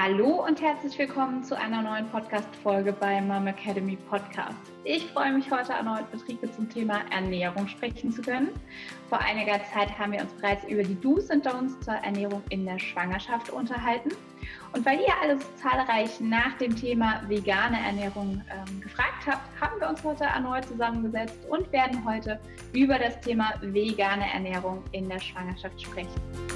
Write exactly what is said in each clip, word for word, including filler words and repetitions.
Hallo und herzlich willkommen zu einer neuen Podcast-Folge bei Mom Academy Podcast. Ich freue mich heute erneut mit Rike zum Thema Ernährung sprechen zu können. Vor einiger Zeit haben wir uns bereits über die Do's und Don'ts zur Ernährung in der Schwangerschaft unterhalten. Und weil ihr alle so zahlreich nach dem Thema vegane Ernährung ähm, gefragt habt, haben wir uns heute erneut zusammengesetzt und werden heute über das Thema vegane Ernährung in der Schwangerschaft sprechen.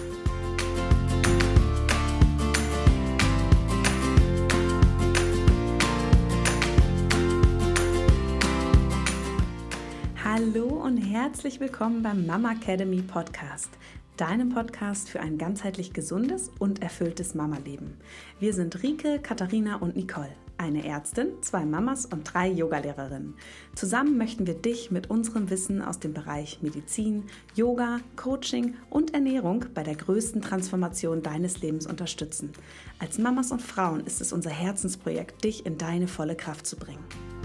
Hallo und herzlich willkommen beim Mom Academy Podcast, deinem Podcast für ein ganzheitlich gesundes und erfülltes Mama-Leben. Wir sind Rike, Katharina und Nicole, eine Ärztin, zwei Mamas und drei Yogalehrerinnen. Zusammen möchten wir dich mit unserem Wissen aus dem Bereich Medizin, Yoga, Coaching und Ernährung bei der größten Transformation deines Lebens unterstützen. Als Mamas und Frauen ist es unser Herzensprojekt, dich in deine volle Kraft zu bringen.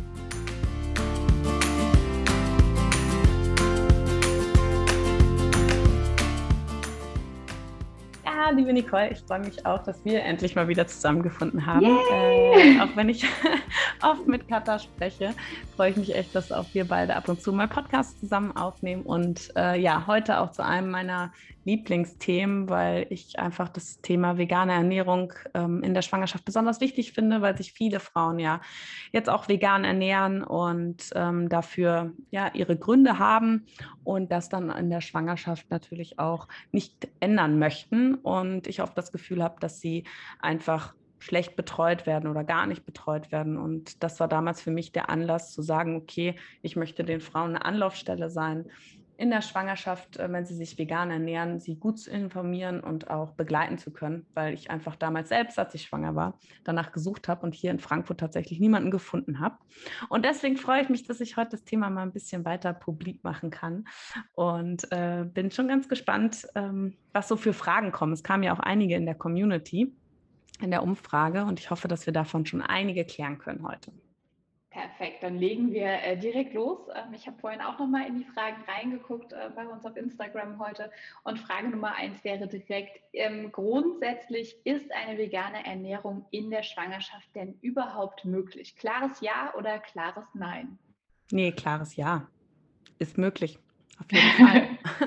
Ja, liebe Nicole, ich freue mich auch, dass wir endlich mal wieder zusammengefunden haben. Äh, auch wenn ich oft mit Katha spreche, freue ich mich echt, dass auch wir beide ab und zu mal Podcasts zusammen aufnehmen. Und äh, ja, heute auch zu einem meiner Lieblingsthemen, weil ich einfach das Thema vegane Ernährung ähm, in der Schwangerschaft besonders wichtig finde, weil sich viele Frauen ja jetzt auch vegan ernähren und ähm, dafür ja ihre Gründe haben und das dann in der Schwangerschaft natürlich auch nicht ändern möchten. Und ich oft das Gefühl habe, dass sie einfach schlecht betreut werden oder gar nicht betreut werden. Und das war damals für mich der Anlass zu sagen, okay, ich möchte den Frauen eine Anlaufstelle sein, in der Schwangerschaft, wenn sie sich vegan ernähren, sie gut zu informieren und auch begleiten zu können, weil ich einfach damals selbst, als ich schwanger war, danach gesucht habe und hier in Frankfurt tatsächlich niemanden gefunden habe. Und deswegen freue ich mich, dass ich heute das Thema mal ein bisschen weiter publik machen kann und äh, bin schon ganz gespannt, ähm, was so für Fragen kommen. Es kamen ja auch einige in der Community, in der Umfrage, und ich hoffe, dass wir davon schon einige klären können heute. Perfekt, dann legen wir äh, direkt los. Ähm, ich habe vorhin auch nochmal in die Fragen reingeguckt äh, bei uns auf Instagram heute. Und Frage Nummer eins wäre direkt, ähm, grundsätzlich ist eine vegane Ernährung in der Schwangerschaft denn überhaupt möglich? Klares Ja oder klares Nein? Nee, klares Ja. Ist möglich, auf jeden Fall.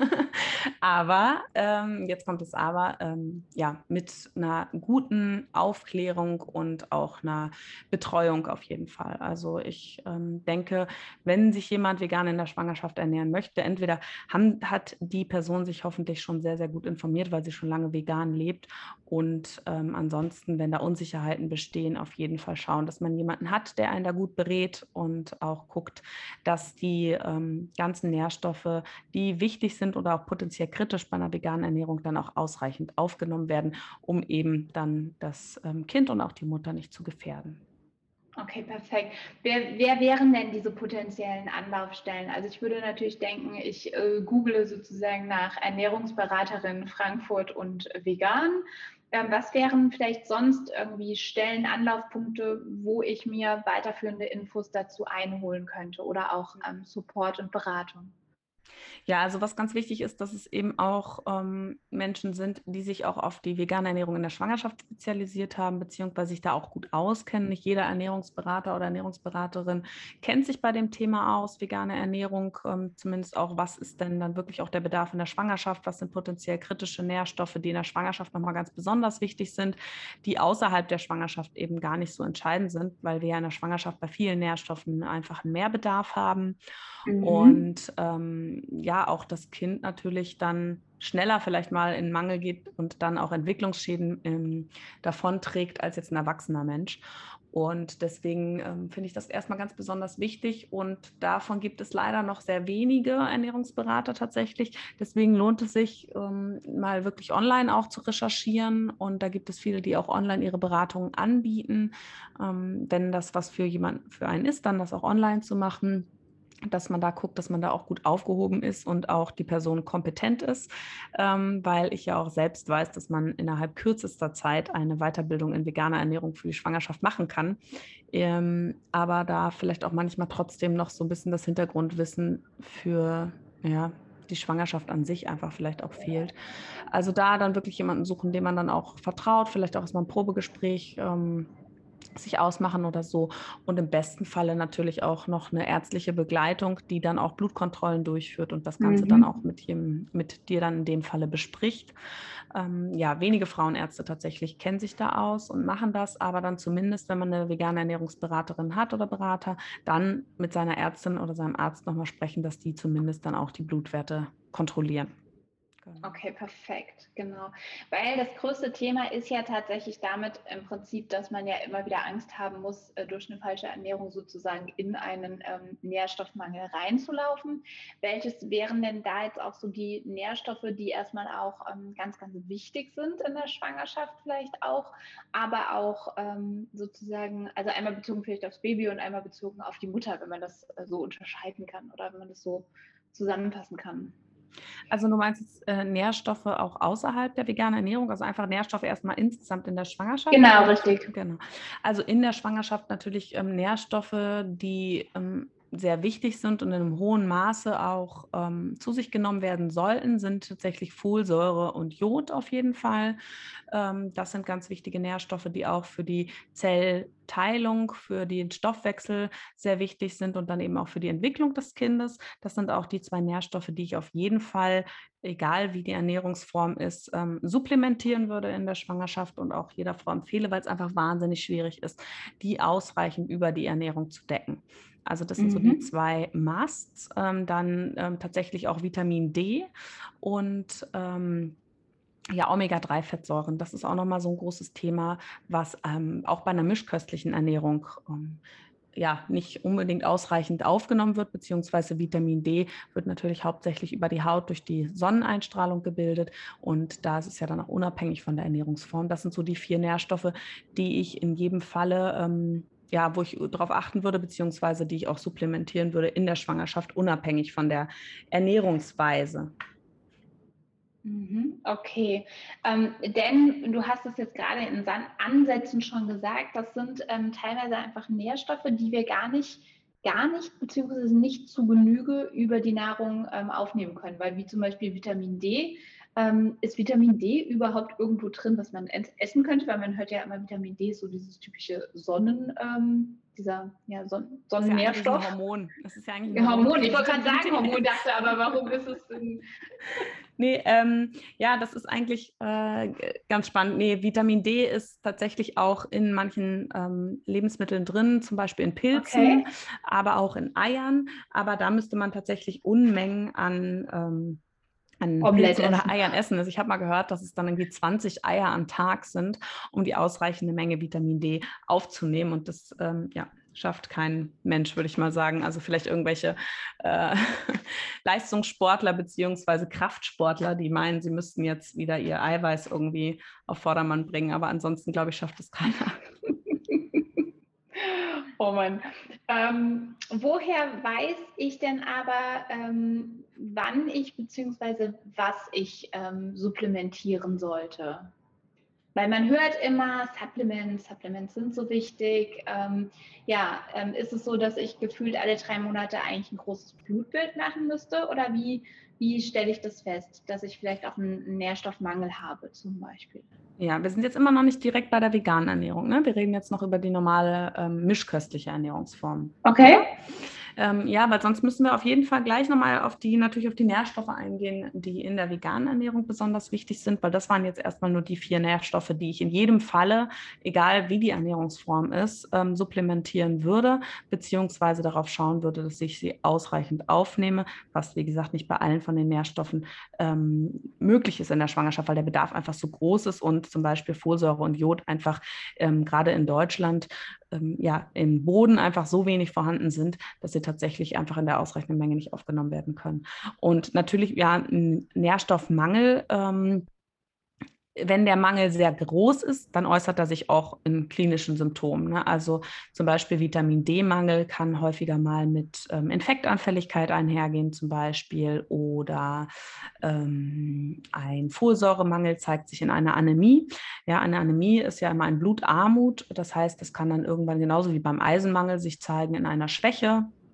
Aber, ähm, jetzt kommt das Aber, ähm, ja, mit einer guten Aufklärung und auch einer Betreuung auf jeden Fall. Also ich ähm, denke, wenn sich jemand vegan in der Schwangerschaft ernähren möchte, entweder haben, hat die Person sich hoffentlich schon sehr, sehr gut informiert, weil sie schon lange vegan lebt. Und ähm, ansonsten, wenn da Unsicherheiten bestehen, auf jeden Fall schauen, dass man jemanden hat, der einen da gut berät und auch guckt, dass die ähm, ganzen Nährstoffe, die wichtig sind oder auch potenziell kritisch bei einer veganen Ernährung, dann auch ausreichend aufgenommen werden, um eben dann das ähm, Kind und auch die Mutter nicht zu gefährden. Okay, perfekt. Wer, wer wären denn diese potenziellen Anlaufstellen? Also ich würde natürlich denken, ich äh, google sozusagen nach Ernährungsberaterin Frankfurt und vegan. Ähm, was wären vielleicht sonst irgendwie Stellen, Anlaufpunkte, wo ich mir weiterführende Infos dazu einholen könnte oder auch ähm, Support und Beratung? Ja, also was ganz wichtig ist, dass es eben auch ähm, Menschen sind, die sich auch auf die vegane Ernährung in der Schwangerschaft spezialisiert haben, beziehungsweise sich da auch gut auskennen. Nicht jeder Ernährungsberater oder Ernährungsberaterin kennt sich bei dem Thema aus, vegane Ernährung, ähm, zumindest auch, was ist denn dann wirklich auch der Bedarf in der Schwangerschaft, was sind potenziell kritische Nährstoffe, die in der Schwangerschaft nochmal ganz besonders wichtig sind, die außerhalb der Schwangerschaft eben gar nicht so entscheidend sind, weil wir ja in der Schwangerschaft bei vielen Nährstoffen einfach einen Mehrbedarf haben. Mhm. Und ähm, ja, auch das Kind natürlich dann schneller vielleicht mal in Mangel geht und dann auch Entwicklungsschäden ähm, davonträgt als jetzt ein erwachsener Mensch. Und deswegen ähm, finde ich das erstmal ganz besonders wichtig. Und davon gibt es leider noch sehr wenige Ernährungsberater tatsächlich. Deswegen lohnt es sich, ähm, mal wirklich online auch zu recherchieren. Und da gibt es viele, die auch online ihre Beratungen anbieten. Ähm, wenn das was für jemanden, für einen ist, dann das auch online zu machen, dass man da guckt, dass man da auch gut aufgehoben ist und auch die Person kompetent ist, ähm, weil ich ja auch selbst weiß, dass man innerhalb kürzester Zeit eine Weiterbildung in veganer Ernährung für die Schwangerschaft machen kann, ähm, aber da vielleicht auch manchmal trotzdem noch so ein bisschen das Hintergrundwissen für, ja, die Schwangerschaft an sich einfach vielleicht auch fehlt. Also da dann wirklich jemanden suchen, dem man dann auch vertraut, vielleicht auch erstmal ein Probegespräch ähm, sich ausmachen oder so. Und im besten Falle natürlich auch noch eine ärztliche Begleitung, die dann auch Blutkontrollen durchführt und das Ganze dann auch Mhm. mit, ihm, mit dir dann in dem Falle bespricht. Ähm, ja, wenige Frauenärzte tatsächlich kennen sich da aus und machen das, aber dann zumindest, wenn man eine vegane Ernährungsberaterin hat oder Berater, dann mit seiner Ärztin oder seinem Arzt nochmal sprechen, dass die zumindest dann auch die Blutwerte kontrollieren. Genau. Okay, perfekt, genau. Weil das größte Thema ist ja tatsächlich damit im Prinzip, dass man ja immer wieder Angst haben muss, äh, durch eine falsche Ernährung sozusagen in einen ähm, Nährstoffmangel reinzulaufen. Welches wären denn da jetzt auch so die Nährstoffe, die erstmal auch ähm, ganz, ganz wichtig sind in der Schwangerschaft vielleicht auch, aber auch ähm, sozusagen, also einmal bezogen vielleicht aufs Baby und einmal bezogen auf die Mutter, wenn man das äh, so unterscheiden kann oder wenn man das so zusammenfassen kann. Also du meinst jetzt äh, Nährstoffe auch außerhalb der veganen Ernährung, also einfach Nährstoffe erstmal insgesamt in der Schwangerschaft? Genau, Oder was? richtig. Genau. Also in der Schwangerschaft natürlich ähm, Nährstoffe, die ähm, sehr wichtig sind und in einem hohen Maße auch ähm, zu sich genommen werden sollten, sind tatsächlich Folsäure und Jod auf jeden Fall. Ähm, das sind ganz wichtige Nährstoffe, die auch für die Zellteilung, für den Stoffwechsel sehr wichtig sind und dann eben auch für die Entwicklung des Kindes. Das sind auch die zwei Nährstoffe, die ich auf jeden Fall, egal wie die Ernährungsform ist, ähm, supplementieren würde in der Schwangerschaft und auch jeder Frau empfehle, weil es einfach wahnsinnig schwierig ist, die ausreichend über die Ernährung zu decken. Also das sind so die Mhm. zwei Musts. Ähm, dann ähm, tatsächlich auch Vitamin D und ähm, ja, Omega drei Fettsäuren. Das ist auch nochmal so ein großes Thema, was ähm, auch bei einer mischköstlichen Ernährung ähm, ja, nicht unbedingt ausreichend aufgenommen wird, beziehungsweise Vitamin D wird natürlich hauptsächlich über die Haut durch die Sonneneinstrahlung gebildet und da ist es ja dann auch unabhängig von der Ernährungsform. Das sind so die vier Nährstoffe, die ich in jedem Falle, ähm, ja, wo ich darauf achten würde, beziehungsweise die ich auch supplementieren würde in der Schwangerschaft, unabhängig von der Ernährungsweise. Mhm, okay. Ähm, denn du hast es jetzt gerade in San Ansätzen schon gesagt, das sind ähm, teilweise einfach Nährstoffe, die wir gar nicht, gar nicht, beziehungsweise nicht zu Genüge über die Nahrung ähm, aufnehmen können, weil wie zum Beispiel Vitamin D, ähm, ist Vitamin D überhaupt irgendwo drin, was man essen könnte, weil man hört ja immer, Vitamin D ist so dieses typische Sonnen, ähm, dieser ja, Son Das ist ja eigentlich ein Sonnennährstoff. Hormon. Das ist ja eigentlich ein Hormon. Hormon, ich wollte gerade Vitamin sagen D. Hormon, dachte aber, warum ist es denn? Nee, ähm, ja, das ist eigentlich äh, ganz spannend. Nee, Vitamin D ist tatsächlich auch in manchen ähm, Lebensmitteln drin, zum Beispiel in Pilzen, Okay. aber auch in Eiern. Aber da müsste man tatsächlich Unmengen an, ähm, an Omelette Pilzen oder essen. Eiern essen. Also ich habe mal gehört, dass es dann irgendwie zwanzig Eier am Tag sind, um die ausreichende Menge Vitamin D aufzunehmen. Und das ähm, ja, schafft kein Mensch, würde ich mal sagen. Also vielleicht irgendwelche äh, Leistungssportler beziehungsweise Kraftsportler, die meinen, sie müssten jetzt wieder ihr Eiweiß irgendwie auf Vordermann bringen. Aber ansonsten, glaube ich, schafft es keiner. Oh Mann. Ähm, woher weiß ich denn aber, ähm, wann ich bzw. was ich ähm, supplementieren sollte? Weil man hört immer, Supplements, Supplements sind so wichtig. Ähm, ja, ähm, ist es so, dass ich gefühlt alle drei Monate eigentlich ein großes Blutbild machen müsste? Oder wie, wie stelle ich das fest, dass ich vielleicht auch einen Nährstoffmangel habe zum Beispiel? Ja, wir sind jetzt immer noch nicht direkt bei der veganen Ernährung. Ne? Wir reden jetzt noch über die normale ähm, mischköstliche Ernährungsform, oder? Okay. Ähm, ja, weil sonst müssen wir auf jeden Fall gleich nochmal auf die, natürlich auf die Nährstoffe eingehen, die in der veganen Ernährung besonders wichtig sind, weil das waren jetzt erstmal nur die vier Nährstoffe, die ich in jedem Falle, egal wie die Ernährungsform ist, ähm, supplementieren würde, beziehungsweise darauf schauen würde, dass ich sie ausreichend aufnehme, was wie gesagt nicht bei allen von den Nährstoffen ähm, möglich ist in der Schwangerschaft, weil der Bedarf einfach so groß ist und zum Beispiel Folsäure und Jod einfach ähm, gerade in Deutschland ähm, ja, im Boden einfach so wenig vorhanden sind, dass sie tatsächlich einfach in der ausreichenden Menge nicht aufgenommen werden können. Und natürlich, ja, ein Nährstoffmangel, ähm, wenn der Mangel sehr groß ist, dann äußert er sich auch in klinischen Symptomen. Ne? Also zum Beispiel Vitamin D-Mangel kann häufiger mal mit ähm, Infektanfälligkeit einhergehen zum Beispiel oder ähm, ein Folsäuremangel zeigt sich in einer Anämie. Ja, eine Anämie ist ja immer ein Blutarmut. Das heißt, das kann dann irgendwann genauso wie beim Eisenmangel sich zeigen in einer Schwäche.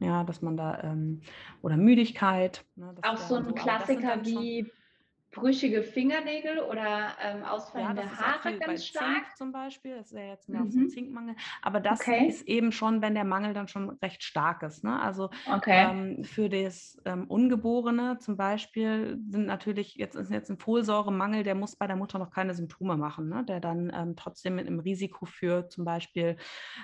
ja, dass man da, ähm, oder Müdigkeit, ne, das Auch so wären ein so, aber das sind Klassiker dann schon. wie brüchige Fingernägel oder, ähm, Ja, das ausfallende ist auch Haare viel bei ganz stark? Zink zum Beispiel. Das wäre jetzt mehr auch so ein Mhm. Zinkmangel. Aber das ist Okay, eben schon, wenn der Mangel dann schon recht stark ist. Ne? Also okay. ähm, für das ähm, Ungeborene zum Beispiel sind natürlich, jetzt ist jetzt ein Folsäuremangel, der muss bei der Mutter noch keine Symptome machen, ne? Der dann ähm, trotzdem mit einem Risiko für zum Beispiel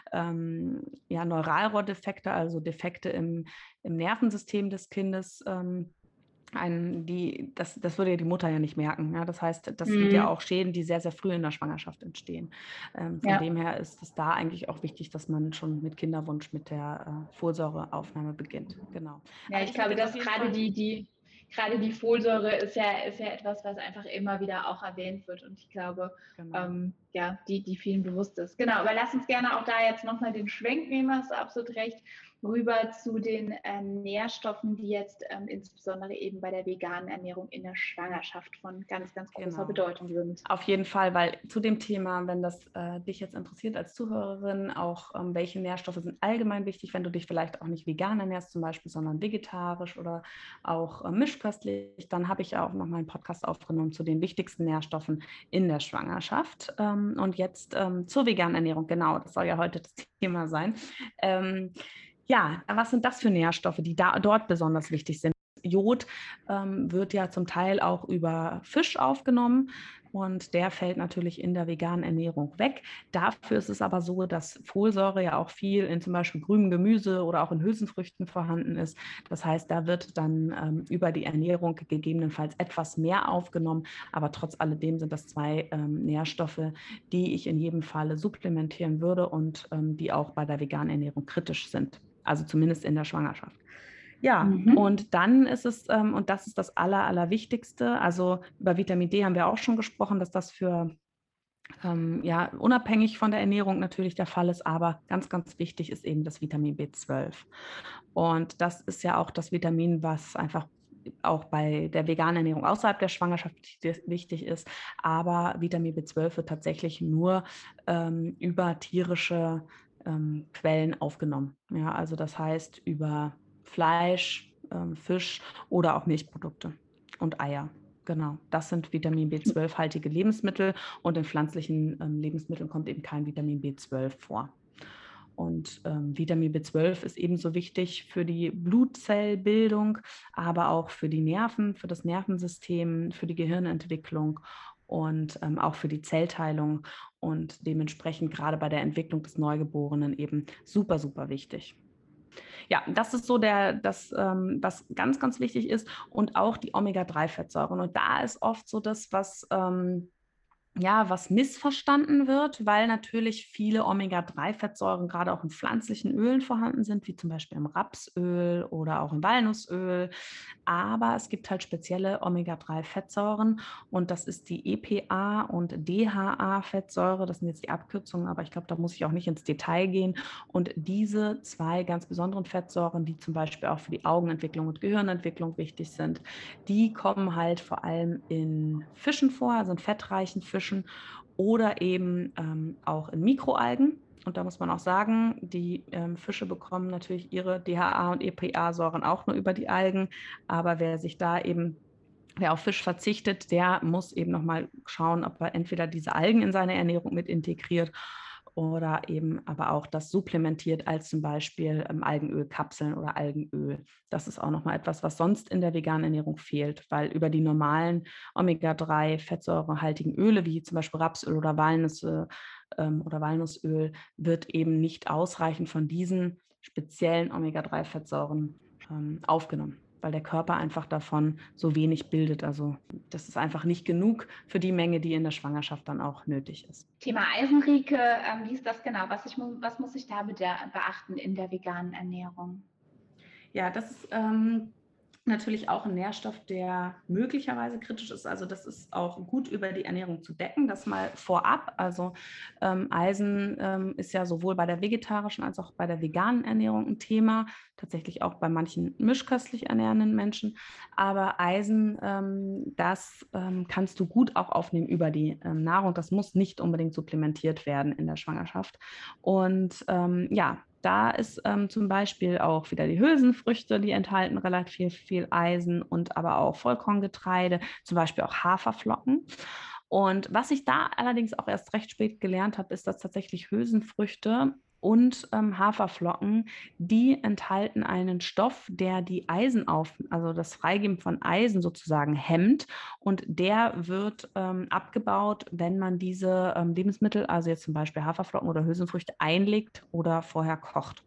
ähm, ja, Neuralrohrdefekte, also Defekte im, im Nervensystem des Kindes, ähm, ein, die, das, das würde ja die Mutter ja nicht merken. Ja? Das heißt, das sind ja Mhm. auch Schäden, die sehr, sehr früh in der Schwangerschaft entstehen. Ähm, von Ja. dem her ist es da eigentlich auch wichtig, dass man schon mit Kinderwunsch mit der äh, Folsäureaufnahme beginnt. Genau. Ja, Aber ich ich würde glaube, jetzt auf dass jeden gerade Fall, die die gerade die Folsäure ist ja ist ja etwas, was einfach immer wieder auch erwähnt wird und ich glaube, genau. ähm, ja, die die vielen bewusst ist. Genau, aber lass uns gerne auch da jetzt noch mal den Schwenk nehmen, hast du absolut recht, rüber zu den, ähm, Nährstoffen, die jetzt, ähm, insbesondere eben bei der veganen Ernährung in der Schwangerschaft von ganz, ganz großer Genau. Bedeutung sind. Auf jeden Fall, weil zu dem Thema, wenn das äh, dich jetzt interessiert als Zuhörerin, auch ähm, welche Nährstoffe sind allgemein wichtig, wenn du dich vielleicht auch nicht vegan ernährst zum Beispiel, sondern vegetarisch oder auch äh, mischköstlich, dann habe ich ja auch noch mal einen Podcast aufgenommen zu den wichtigsten Nährstoffen in der Schwangerschaft. Ähm, und jetzt ähm, zur veganen Ernährung, genau, das soll ja heute das Thema sein. Ähm, ja, was sind das für Nährstoffe, die da dort besonders wichtig sind? Jod ähm, wird ja zum Teil auch über Fisch aufgenommen und der fällt natürlich in der veganen Ernährung weg. Dafür ist es aber so, dass Folsäure ja auch viel in zum Beispiel grünem Gemüse oder auch in Hülsenfrüchten vorhanden ist. Das heißt, da wird dann ähm, über die Ernährung gegebenenfalls etwas mehr aufgenommen, aber trotz alledem sind das zwei ähm, Nährstoffe, die ich in jedem Falle supplementieren würde und ähm, die auch bei der veganen Ernährung kritisch sind. Also zumindest in der Schwangerschaft. Ja, Mhm. und dann ist es, ähm, und das ist das Aller, Allerwichtigste, also über Vitamin D haben wir auch schon gesprochen, dass das für, ähm, ja, unabhängig von der Ernährung natürlich der Fall ist, aber ganz, ganz wichtig ist eben das Vitamin B zwölf. Und das ist ja auch das Vitamin, was einfach auch bei der veganen Ernährung außerhalb der Schwangerschaft wichtig ist. Aber Vitamin B zwölf wird tatsächlich nur ähm, über tierische ähm, Quellen aufgenommen. Ja, also das heißt über Fleisch, ähm, Fisch oder auch Milchprodukte und Eier. Genau, das sind Vitamin B zwölf-haltige Lebensmittel und in pflanzlichen ähm, Lebensmitteln kommt eben kein Vitamin B zwölf vor. Und ähm, Vitamin B zwölf ist ebenso wichtig für die Blutzellbildung, aber auch für die Nerven, für das Nervensystem, für die Gehirnentwicklung und ähm, auch für die Zellteilung und dementsprechend gerade bei der Entwicklung des Neugeborenen eben super, super wichtig. Ja, das ist so der, das, ähm, was ganz, ganz wichtig ist und auch die Omega drei Fettsäuren. Und da ist oft so das, was ähm, ja, was missverstanden wird, weil natürlich viele Omega drei Fettsäuren gerade auch in pflanzlichen Ölen vorhanden sind, wie zum Beispiel im Rapsöl oder auch im Walnussöl. Aber es gibt halt spezielle Omega drei Fettsäuren und das ist die E P A und D H A Fettsäure. Das sind jetzt die Abkürzungen, aber ich glaube, da muss ich auch nicht ins Detail gehen. Und diese zwei ganz besonderen Fettsäuren, die zum Beispiel auch für die Augenentwicklung und Gehirnentwicklung wichtig sind, die kommen halt vor allem in Fischen vor, also in fettreichen Fischen oder eben ähm, auch in Mikroalgen. Und da muss man auch sagen, die ähm, Fische bekommen natürlich ihre D H A und E P A-Säuren auch nur über die Algen. Aber wer sich da eben, wer auf Fisch verzichtet, der muss eben nochmal schauen, ob er entweder diese Algen in seine Ernährung mit integriert oder eben aber auch das supplementiert als zum Beispiel ähm, Algenölkapseln oder Algenöl. Das ist auch nochmal etwas, was sonst in der veganen Ernährung fehlt, weil über die normalen Omega drei fettsäurehaltigen Öle, wie zum Beispiel Rapsöl oder Walnüsse ähm, oder Walnussöl, wird eben nicht ausreichend von diesen speziellen Omega drei Fettsäuren ähm, aufgenommen, weil der Körper einfach davon so wenig bildet. Also das ist einfach nicht genug für die Menge, die in der Schwangerschaft dann auch nötig ist. Thema Eisenrieke, ähm, wie ist das genau? Was, ich, was muss ich da beachten in der veganen Ernährung? Ja, das ist ähm, natürlich auch ein Nährstoff, der möglicherweise kritisch ist. Also das ist auch gut über die Ernährung zu decken, das mal vorab. Also ähm, Eisen ähm, ist ja sowohl bei der vegetarischen als auch bei der veganen Ernährung ein Thema, tatsächlich auch bei manchen mischköstlich ernährenden Menschen. Aber Eisen, ähm, das ähm, kannst du gut auch aufnehmen über die ähm, Nahrung. Das muss nicht unbedingt supplementiert werden in der Schwangerschaft. Und ähm, ja, Da ist ähm, zum Beispiel auch wieder die Hülsenfrüchte, die enthalten relativ viel Eisen und aber auch Vollkorngetreide, zum Beispiel auch Haferflocken. Und was ich da allerdings auch erst recht spät gelernt habe, ist, dass tatsächlich Hülsenfrüchte und ähm, Haferflocken, die enthalten einen Stoff, der die Eisenauf, also das Freigeben von Eisen sozusagen hemmt. Und der wird ähm, abgebaut, wenn man diese ähm, Lebensmittel, also jetzt zum Beispiel Haferflocken oder Hülsenfrüchte, einlegt oder vorher kocht.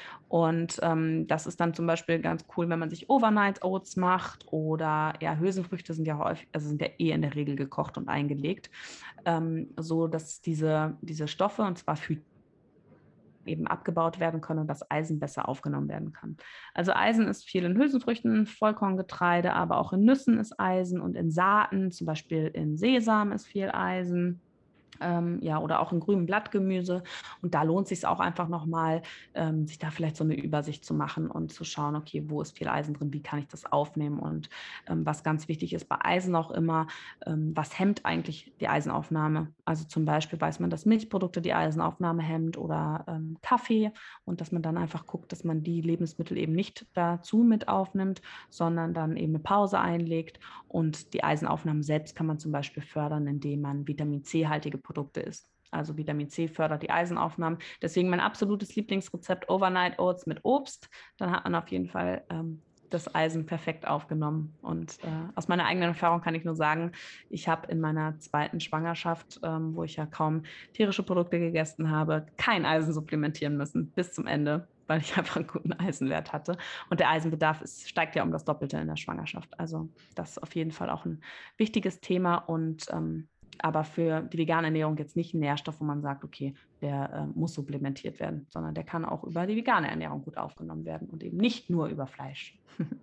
Und ähm, das ist dann zum Beispiel ganz cool, wenn man sich Overnight Oats macht oder ja, Hülsenfrüchte sind ja häufig, also sind ja eh in der Regel gekocht und eingelegt, ähm, so dass diese, diese Stoffe, und zwar Phyt eben abgebaut werden können und das Eisen besser aufgenommen werden kann. Also Eisen ist viel in Hülsenfrüchten, Vollkorngetreide, aber auch in Nüssen ist Eisen und in Saaten, zum Beispiel in Sesam ist viel Eisen. Ähm, ja, oder auch in grünem Blattgemüse. Und da lohnt es sich auch einfach nochmal, ähm, sich da vielleicht so eine Übersicht zu machen und zu schauen, okay, wo ist viel Eisen drin, wie kann ich das aufnehmen? Und ähm, was ganz wichtig ist bei Eisen auch immer, ähm, was hemmt eigentlich die Eisenaufnahme? Also zum Beispiel weiß man, dass Milchprodukte die Eisenaufnahme hemmt oder ähm, Kaffee und dass man dann einfach guckt, dass man die Lebensmittel eben nicht dazu mit aufnimmt, sondern dann eben eine Pause einlegt. Und die Eisenaufnahme selbst kann man zum Beispiel fördern, indem man Vitamin C-haltige Produkte isst. Also Vitamin C fördert die Eisenaufnahme. Deswegen mein absolutes Lieblingsrezept Overnight Oats mit Obst. Dann hat man auf jeden Fall ähm, das Eisen perfekt aufgenommen. Und äh, aus meiner eigenen Erfahrung kann ich nur sagen, ich habe in meiner zweiten Schwangerschaft, ähm, wo ich ja kaum tierische Produkte gegessen habe, kein Eisen supplementieren müssen bis zum Ende, weil ich einfach einen guten Eisenwert hatte. Und der Eisenbedarf ist, steigt ja um das Doppelte in der Schwangerschaft. Also das ist auf jeden Fall auch ein wichtiges Thema und ähm, aber für die vegane Ernährung jetzt nicht ein Nährstoff, wo man sagt, okay, der äh, muss supplementiert werden, sondern der kann auch über die vegane Ernährung gut aufgenommen werden und eben nicht nur über Fleisch.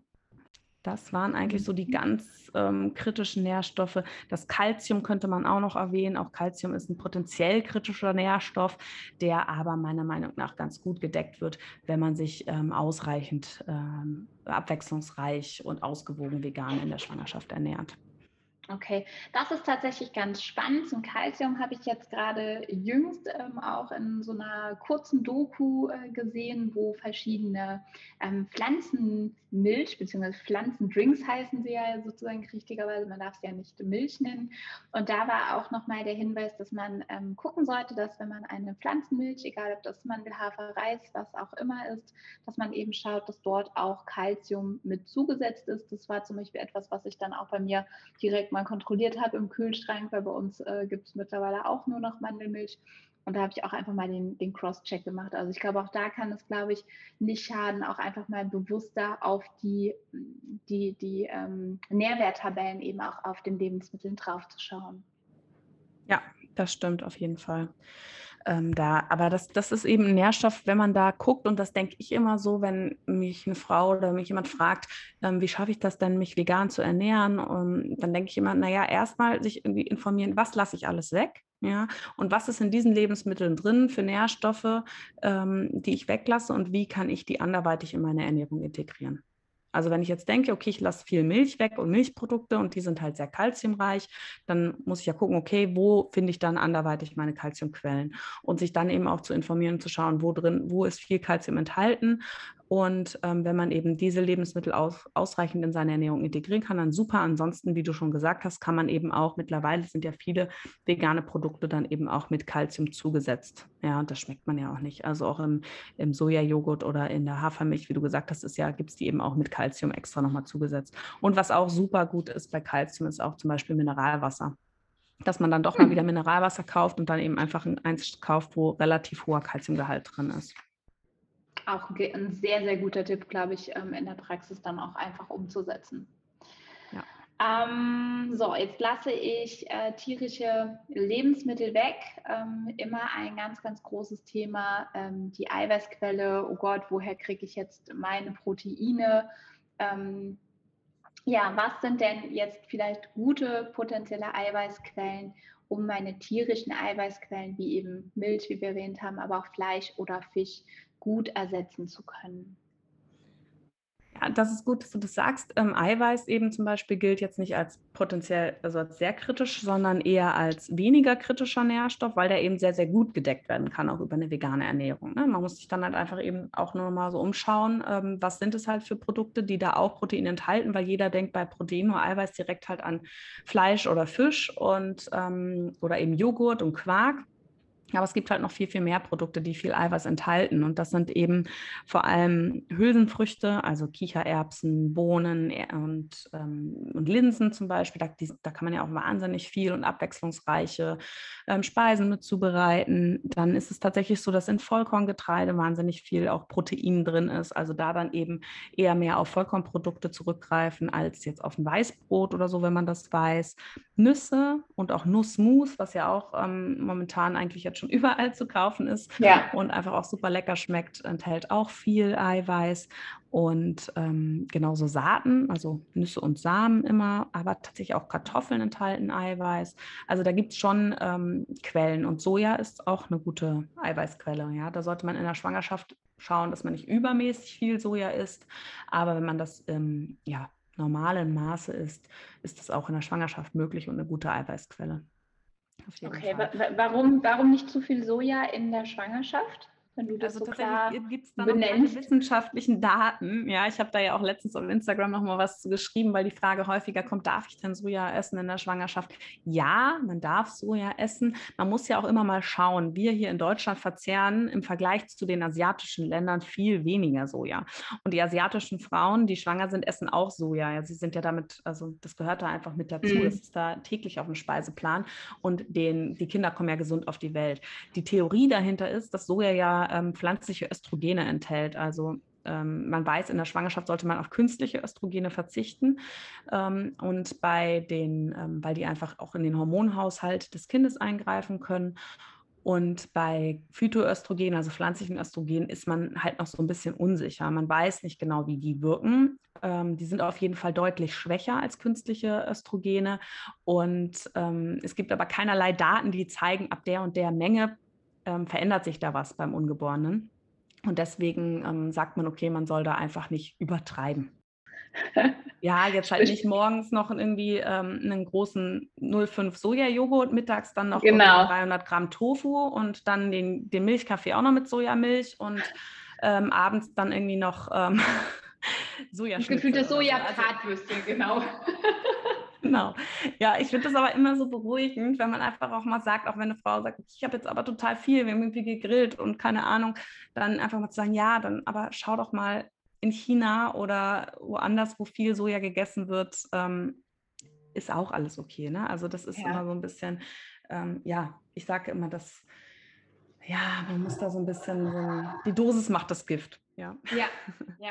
Das waren eigentlich so die ganz ähm, kritischen Nährstoffe. Das Calcium könnte man auch noch erwähnen. Auch Calcium ist ein potenziell kritischer Nährstoff, der aber meiner Meinung nach ganz gut gedeckt wird, wenn man sich ähm, ausreichend, ähm, abwechslungsreich und ausgewogen vegan in der Schwangerschaft ernährt. Okay, das ist tatsächlich ganz spannend. Zum Calcium habe ich jetzt gerade jüngst ähm, auch in so einer kurzen Doku äh, gesehen, wo verschiedene ähm, Pflanzenmilch bzw. Pflanzendrinks heißen sie ja sozusagen richtigerweise, man darf sie ja nicht Milch nennen. Und da war auch nochmal der Hinweis, dass man ähm, gucken sollte, dass wenn man eine Pflanzenmilch, egal ob das Mandel, Hafer, Reis, was auch immer ist, dass man eben schaut, dass dort auch Calcium mit zugesetzt ist. Das war zum Beispiel etwas, was ich dann auch bei mir direkt mal kontrolliert habe im Kühlschrank, weil bei uns äh, gibt es mittlerweile auch nur noch Mandelmilch. Und da habe ich auch einfach mal den, den Cross-Check gemacht. Also ich glaube, auch da kann es, glaube ich, nicht schaden, auch einfach mal bewusster auf die, die, die ähm, Nährwerttabellen eben auch auf den Lebensmitteln drauf zu schauen. Ja, das stimmt auf jeden Fall. Ähm, da, aber das, das ist eben ein Nährstoff, wenn man da guckt, und das denke ich immer so, wenn mich eine Frau oder mich jemand fragt, ähm, wie schaffe ich das denn, mich vegan zu ernähren? Und dann denke ich immer, naja, erstmal sich irgendwie informieren, was lasse ich alles weg? Ja, und was ist in diesen Lebensmitteln drin für Nährstoffe, ähm, die ich weglasse, und wie kann ich die anderweitig in meine Ernährung integrieren? Also wenn ich jetzt denke, okay, ich lasse viel Milch weg und Milchprodukte und die sind halt sehr kalziumreich, dann muss ich ja gucken, okay, wo finde ich dann anderweitig meine Kalziumquellen, und sich dann eben auch zu informieren und zu schauen, wo drin, wo ist viel Kalzium enthalten. Und ähm, wenn man eben diese Lebensmittel aus, ausreichend in seine Ernährung integrieren kann, dann super. Ansonsten, wie du schon gesagt hast, kann man eben auch, mittlerweile sind ja viele vegane Produkte dann eben auch mit Kalzium zugesetzt. Ja, und das schmeckt man ja auch nicht. Also auch im, im Sojajoghurt oder in der Hafermilch, wie du gesagt hast, ist ja, gibt es die eben auch mit Kalzium extra nochmal zugesetzt. Und was auch super gut ist bei Kalzium, ist auch zum Beispiel Mineralwasser. Dass man dann doch mal wieder Mineralwasser kauft und dann eben einfach eins kauft, wo relativ hoher Kalziumgehalt drin ist. Auch ein sehr, sehr guter Tipp, glaube ich, ähm, in der Praxis dann auch einfach umzusetzen. Ja. Ähm, so, jetzt lasse ich äh, tierische Lebensmittel weg. Ähm, immer ein ganz, ganz großes Thema, ähm, die Eiweißquelle. Oh Gott, woher kriege ich jetzt meine Proteine? Ähm, ja, was sind denn jetzt vielleicht gute potenzielle Eiweißquellen, um meine tierischen Eiweißquellen wie eben Milch, wie wir erwähnt haben, aber auch Fleisch oder Fisch gut ersetzen zu können? Ja, das ist gut, dass du das sagst. Ähm, Eiweiß eben zum Beispiel gilt jetzt nicht als potenziell, also als sehr kritisch, sondern eher als weniger kritischer Nährstoff, weil der eben sehr, sehr gut gedeckt werden kann, auch über eine vegane Ernährung. Ne? Man muss sich dann halt einfach eben auch nur mal so umschauen, ähm, was sind es halt für Produkte, die da auch Protein enthalten, weil jeder denkt bei Protein oder Eiweiß direkt halt an Fleisch oder Fisch und ähm, oder eben Joghurt und Quark. Aber es gibt halt noch viel, viel mehr Produkte, die viel Eiweiß enthalten. Und das sind eben vor allem Hülsenfrüchte, also Kichererbsen, Bohnen und, ähm, und Linsen zum Beispiel. Da, die, da kann man ja auch wahnsinnig viel und abwechslungsreiche ähm, Speisen mit zubereiten. Dann ist es tatsächlich so, dass in Vollkorngetreide wahnsinnig viel auch Protein drin ist. Also da dann eben eher mehr auf Vollkornprodukte zurückgreifen als jetzt auf ein Weißbrot oder so, wenn man das weiß. Nüsse und auch Nussmus, was ja auch ähm, momentan eigentlich jetzt schon überall zu kaufen ist Ja. und einfach auch super lecker schmeckt, enthält auch viel Eiweiß und ähm, genauso Saaten, also Nüsse und Samen immer, aber tatsächlich auch Kartoffeln enthalten Eiweiß. Also da gibt es schon ähm, Quellen und Soja ist auch eine gute Eiweißquelle. Ja? Da sollte man in der Schwangerschaft schauen, dass man nicht übermäßig viel Soja isst, aber wenn man das ähm, ja, normalen Maße isst, ist das auch in der Schwangerschaft möglich und eine gute Eiweißquelle. Auf jeden Okay, Fall. wa warum, warum nicht zu viel Soja in der Schwangerschaft, wenn du das Also so tatsächlich klar gibt es da noch keine benennst? wissenschaftlichen Daten. Ja, ich habe da ja auch letztens auf Instagram noch mal was zu geschrieben, weil die Frage häufiger kommt, darf ich denn Soja essen in der Schwangerschaft? Ja, man darf Soja essen. Man muss ja auch immer mal schauen. Wir hier in Deutschland verzehren im Vergleich zu den asiatischen Ländern viel weniger Soja. Und die asiatischen Frauen, die schwanger sind, essen auch Soja. Ja, sie sind ja damit, also das gehört da einfach mit dazu. Das ist da täglich auf dem Speiseplan. Und den, die Kinder kommen ja gesund auf die Welt. Die Theorie dahinter ist, dass Soja ja ähm, pflanzliche Östrogene enthält. Also ähm, man weiß, in der Schwangerschaft sollte man auf künstliche Östrogene verzichten. Ähm, und bei den, ähm, weil die einfach auch in den Hormonhaushalt des Kindes eingreifen können. Und bei Phytoöstrogen, also pflanzlichen Östrogenen, ist man halt noch so ein bisschen unsicher. Man weiß nicht genau, wie die wirken. Ähm, die sind auf jeden Fall deutlich schwächer als künstliche Östrogene. Und ähm, es gibt aber keinerlei Daten, die zeigen, ab der und der Menge ähm, verändert sich da was beim Ungeborenen. Und deswegen ähm, sagt man, okay, man soll da einfach nicht übertreiben. Ja, jetzt halt nicht morgens noch irgendwie ähm, einen großen null Komma fünf Sojajoghurt, mittags dann noch irgendwie Genau. dreihundert Gramm Tofu und dann den, den Milchkaffee auch noch mit Sojamilch und ähm, abends dann irgendwie noch ähm, Sojaschnitzel Gefühlte oder so. Also, Soja-Bratwürstchen, genau. genau. Ja, ich finde das aber immer so beruhigend, wenn man einfach auch mal sagt, auch wenn eine Frau sagt, ich habe jetzt aber total viel, wir haben irgendwie gegrillt und keine Ahnung, dann einfach mal zu sagen, ja, dann aber schau doch mal in China oder woanders, wo viel Soja gegessen wird, ähm, ist auch alles okay. Ne? Also das ist Ja. immer so ein bisschen, ähm, ja, ich sage immer, dass, ja, man muss da so ein bisschen, so ein, die Dosis macht das Gift. Ja. Ja, ja.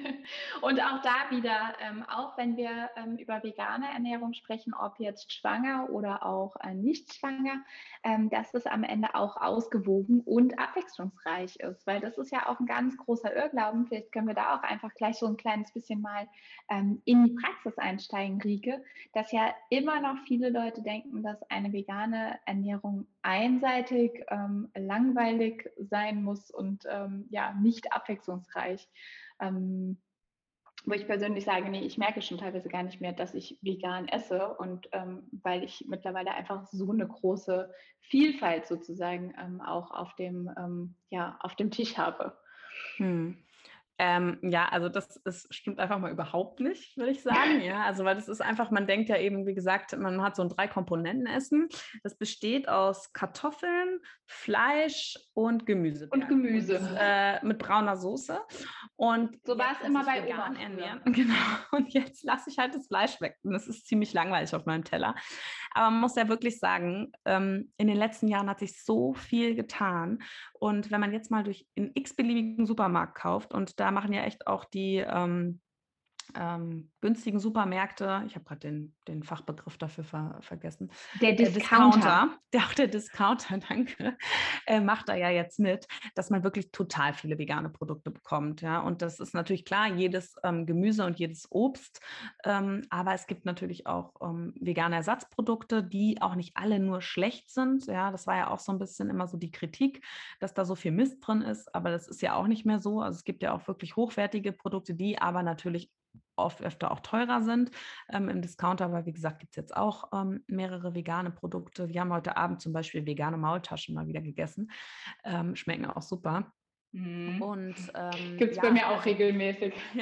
Und auch da wieder, ähm, auch wenn wir ähm, über vegane Ernährung sprechen, ob jetzt schwanger oder auch äh, nicht schwanger, ähm, dass es am Ende auch ausgewogen und abwechslungsreich ist, weil das ist ja auch ein ganz großer Irrglauben. Vielleicht können wir da auch einfach gleich so ein kleines bisschen mal ähm, in die Praxis einsteigen, Rieke, dass ja immer noch viele Leute denken, dass eine vegane Ernährung einseitig, ähm, langweilig sein muss und ähm, ja, nicht abwechslungsreich. Ähm, wo ich persönlich sage, nee, ich merke schon teilweise gar nicht mehr, dass ich vegan esse und ähm, weil ich mittlerweile einfach so eine große Vielfalt sozusagen ähm, auch auf dem, ähm, ja, auf dem Tisch habe. Hm. Ähm, ja, also das ist, stimmt einfach mal überhaupt nicht, würde ich sagen. Ja, also weil das ist einfach, man denkt ja eben, wie gesagt, man hat so ein Drei-Komponenten-Essen. Das besteht aus Kartoffeln, Fleisch und Und Gemüsebergen und Gemüse. äh, mit brauner Soße. Und So war jetzt es muss immer ich bei vegan Oma ernähren. früher. Genau. Und jetzt lasse ich halt das Fleisch weg. Und das ist ziemlich langweilig auf meinem Teller. Aber man muss ja wirklich sagen, ähm, in den letzten Jahren hat sich so viel getan. Und wenn man jetzt mal durch einen x-beliebigen Supermarkt kauft, und da machen ja echt auch die, ähm, ähm, günstigen Supermärkte, ich habe gerade den, den Fachbegriff dafür ver vergessen, Der äh, Discounter. Discounter, der, auch der Discounter, danke, äh, macht da ja jetzt mit, dass man wirklich total viele vegane Produkte bekommt. Ja? Und das ist natürlich klar, jedes ähm, Gemüse und jedes Obst, ähm, aber es gibt natürlich auch ähm, vegane Ersatzprodukte, die auch nicht alle nur schlecht sind. Ja? Das war ja auch so ein bisschen immer so die Kritik, dass da so viel Mist drin ist, aber das ist ja auch nicht mehr so. Also es gibt ja auch wirklich hochwertige Produkte, die aber natürlich oft öfter auch teurer sind ähm, im Discounter. Aber wie gesagt, gibt es jetzt auch ähm, mehrere vegane Produkte. Wir haben heute Abend zum Beispiel vegane Maultaschen mal wieder gegessen. Ähm, schmecken auch super. Mhm. Und ähm, Gibt es bei ja, mir auch also, regelmäßig. ja.